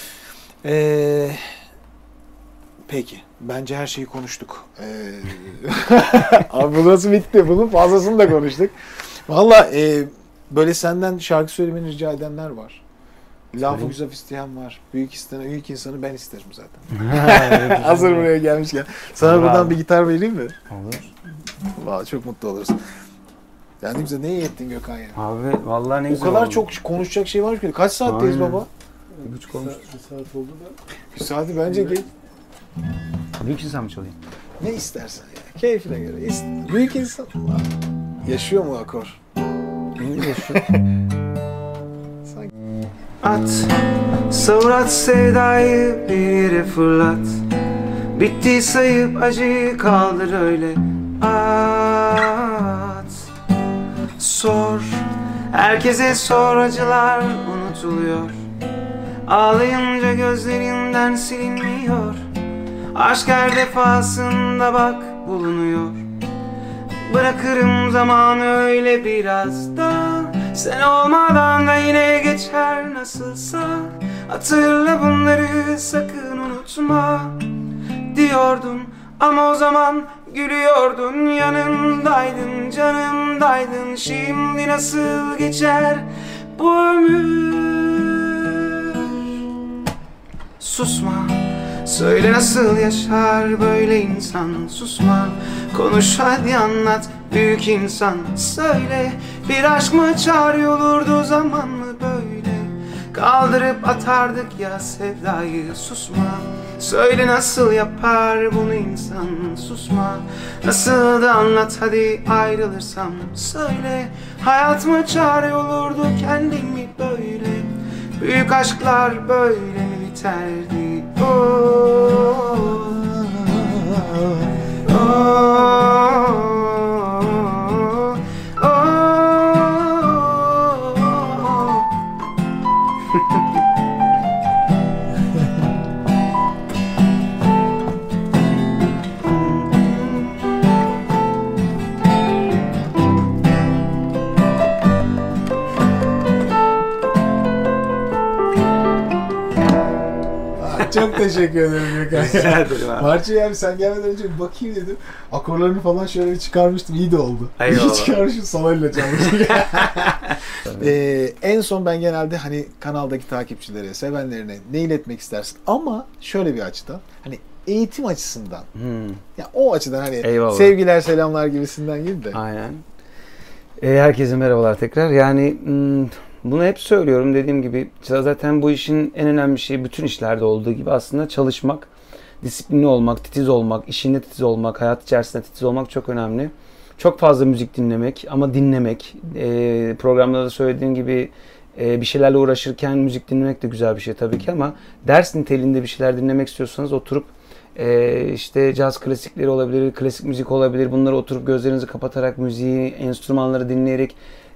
Peki. Bence her şeyi konuştuk. Abi bu nasıl bitti? Bunun fazlasını da konuştuk. Valla böyle senden şarkı söylemeni rica edenler var. Lafı güzel isteyen var. Büyük insanı ben isterim zaten. Hazır buraya gelmişken. Sana buradan bir gitar vereyim mi? Olur. Vallahi çok mutlu olursun. Yani bize ne iyi ettin Gökhan ya? Abi vallahi ne güzel O kadar oldu. çok konuşacak şey varmış ki. Kaç saatteyiz baba? Bir saat oldu da. Bir saati bence geç. Büyük insan mı çalayım? Ne istersen ya. Keyfine göre. Büyük insan. Yaşıyor mu akor? Yaşıyor. At, savrat sevdayı bir yere fırlat. Bitti sayıp acıyı kaldır öyle. At, sor, herkese sor, acılar unutuluyor. Ağlayınca gözlerinden silinmiyor. Aşk her defasında bak bulunuyor. Bırakırım zaman öyle biraz da, sen olmadan da yine geçer nasılsa. Hatırla bunları sakın unutma diyordun ama o zaman gülüyordun. Yanımdaydın, canımdaydın. Şimdi nasıl geçer bu ömür? Susma, söyle nasıl yaşar böyle insan. Susma, konuş hadi anlat büyük insan. Söyle, bir aşk mı çağırıyor olurdu, zaman mı böyle? Kaldırıp atardık ya sevdayı. Susma, söyle nasıl yapar bunu insan. Susma, nasıl da anlat hadi ayrılırsam. Söyle, hayat mı çağırıyor olurdu, kendimi böyle? Büyük aşklar böyle mi biterdi? Oh, oh, oh. Çok teşekkür ederim Gökhan. Rica ederim abi. Parçayı abi sen gelmeden önce bir bakayım dedim. Akorlarını falan şöyle bir çıkarmıştım. İyi de oldu. Eyvallah. İyi çıkarmışım, Salay'la çalmışım. En son ben genelde hani kanaldaki takipçilere, sevenlerine ne iletmek istersin? Ama şöyle bir açıdan. Hani eğitim açısından. Ya o açıdan hani Eyvallah. sevgiler, selamlar gibisinden gibi de. Aynen. Herkese merhabalar tekrar. Yani bunu hep söylüyorum, dediğim gibi zaten bu işin en önemli şeyi, bütün işlerde olduğu gibi aslında çalışmak, disiplinli olmak, titiz olmak, işinde titiz olmak, hayat içerisinde titiz olmak çok önemli. Çok fazla müzik dinlemek ama dinlemek. Programda da söylediğim gibi bir şeylerle uğraşırken müzik dinlemek de güzel bir şey tabii ki ama ders niteliğinde bir şeyler dinlemek istiyorsanız oturup işte caz klasikleri olabilir, klasik müzik olabilir. Bunları oturup gözlerinizi kapatarak müziği, enstrümanları dinleyerek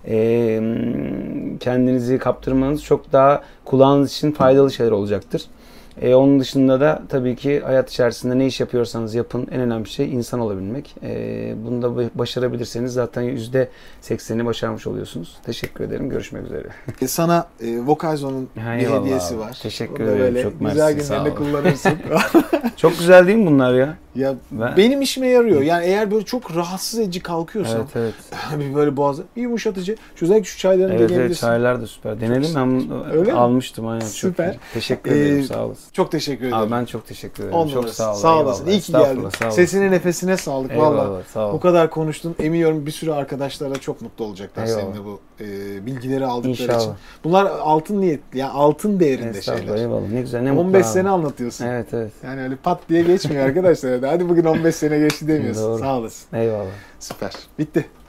kendinizi kaptırmanız çok daha kulağınız için faydalı şeyler olacaktır. Onun dışında da tabii ki hayat içerisinde ne iş yapıyorsanız yapın. En önemli şey insan olabilmek. Bunu da başarabilirseniz zaten %80'ini başarmış oluyorsunuz. Teşekkür ederim. Görüşmek üzere. Sana Vokalzo'nun bir hediyesi var. Teşekkür ederim. Çok mersi. Güzel günlerinde kullanırsın. Çok güzel değil mi bunlar ya? Ya benim işime yarıyor. Yani eğer böyle çok rahatsız edici kalkıyorsam, evet. bir böyle boğazı bir yumuşatıcı. Özellikle şu çaylarını deneyebilirsin. Evet, çaylar da süper. Denedim, ben almıştım. Aynen. Süper. Çok teşekkür ederim, sağ olasın. Çok teşekkür ederim. Abi ben çok teşekkür ederim. Çok sağ ol. Sağ olasın. İyi ki geldin. Sesine, nefesine sağlık. Eyvallah, vallahi. Sağ ol. Bu kadar konuştun. Emiyorum bir sürü arkadaşlar da çok mutlu olacaklar seninle bu bilgileri aldıkları için. Bunlar altın niyetli, yani altın değerinde şeyler. Eyvallah. Ne güzel, ne 15 sene anlatıyorsun. Evet. Yani öyle pat diye geçmiyor arkadaşlar. Hadi bugün 15 sene geçti demiyorsun. Doğru. Sağ olasın. Eyvallah. Süper. Bitti.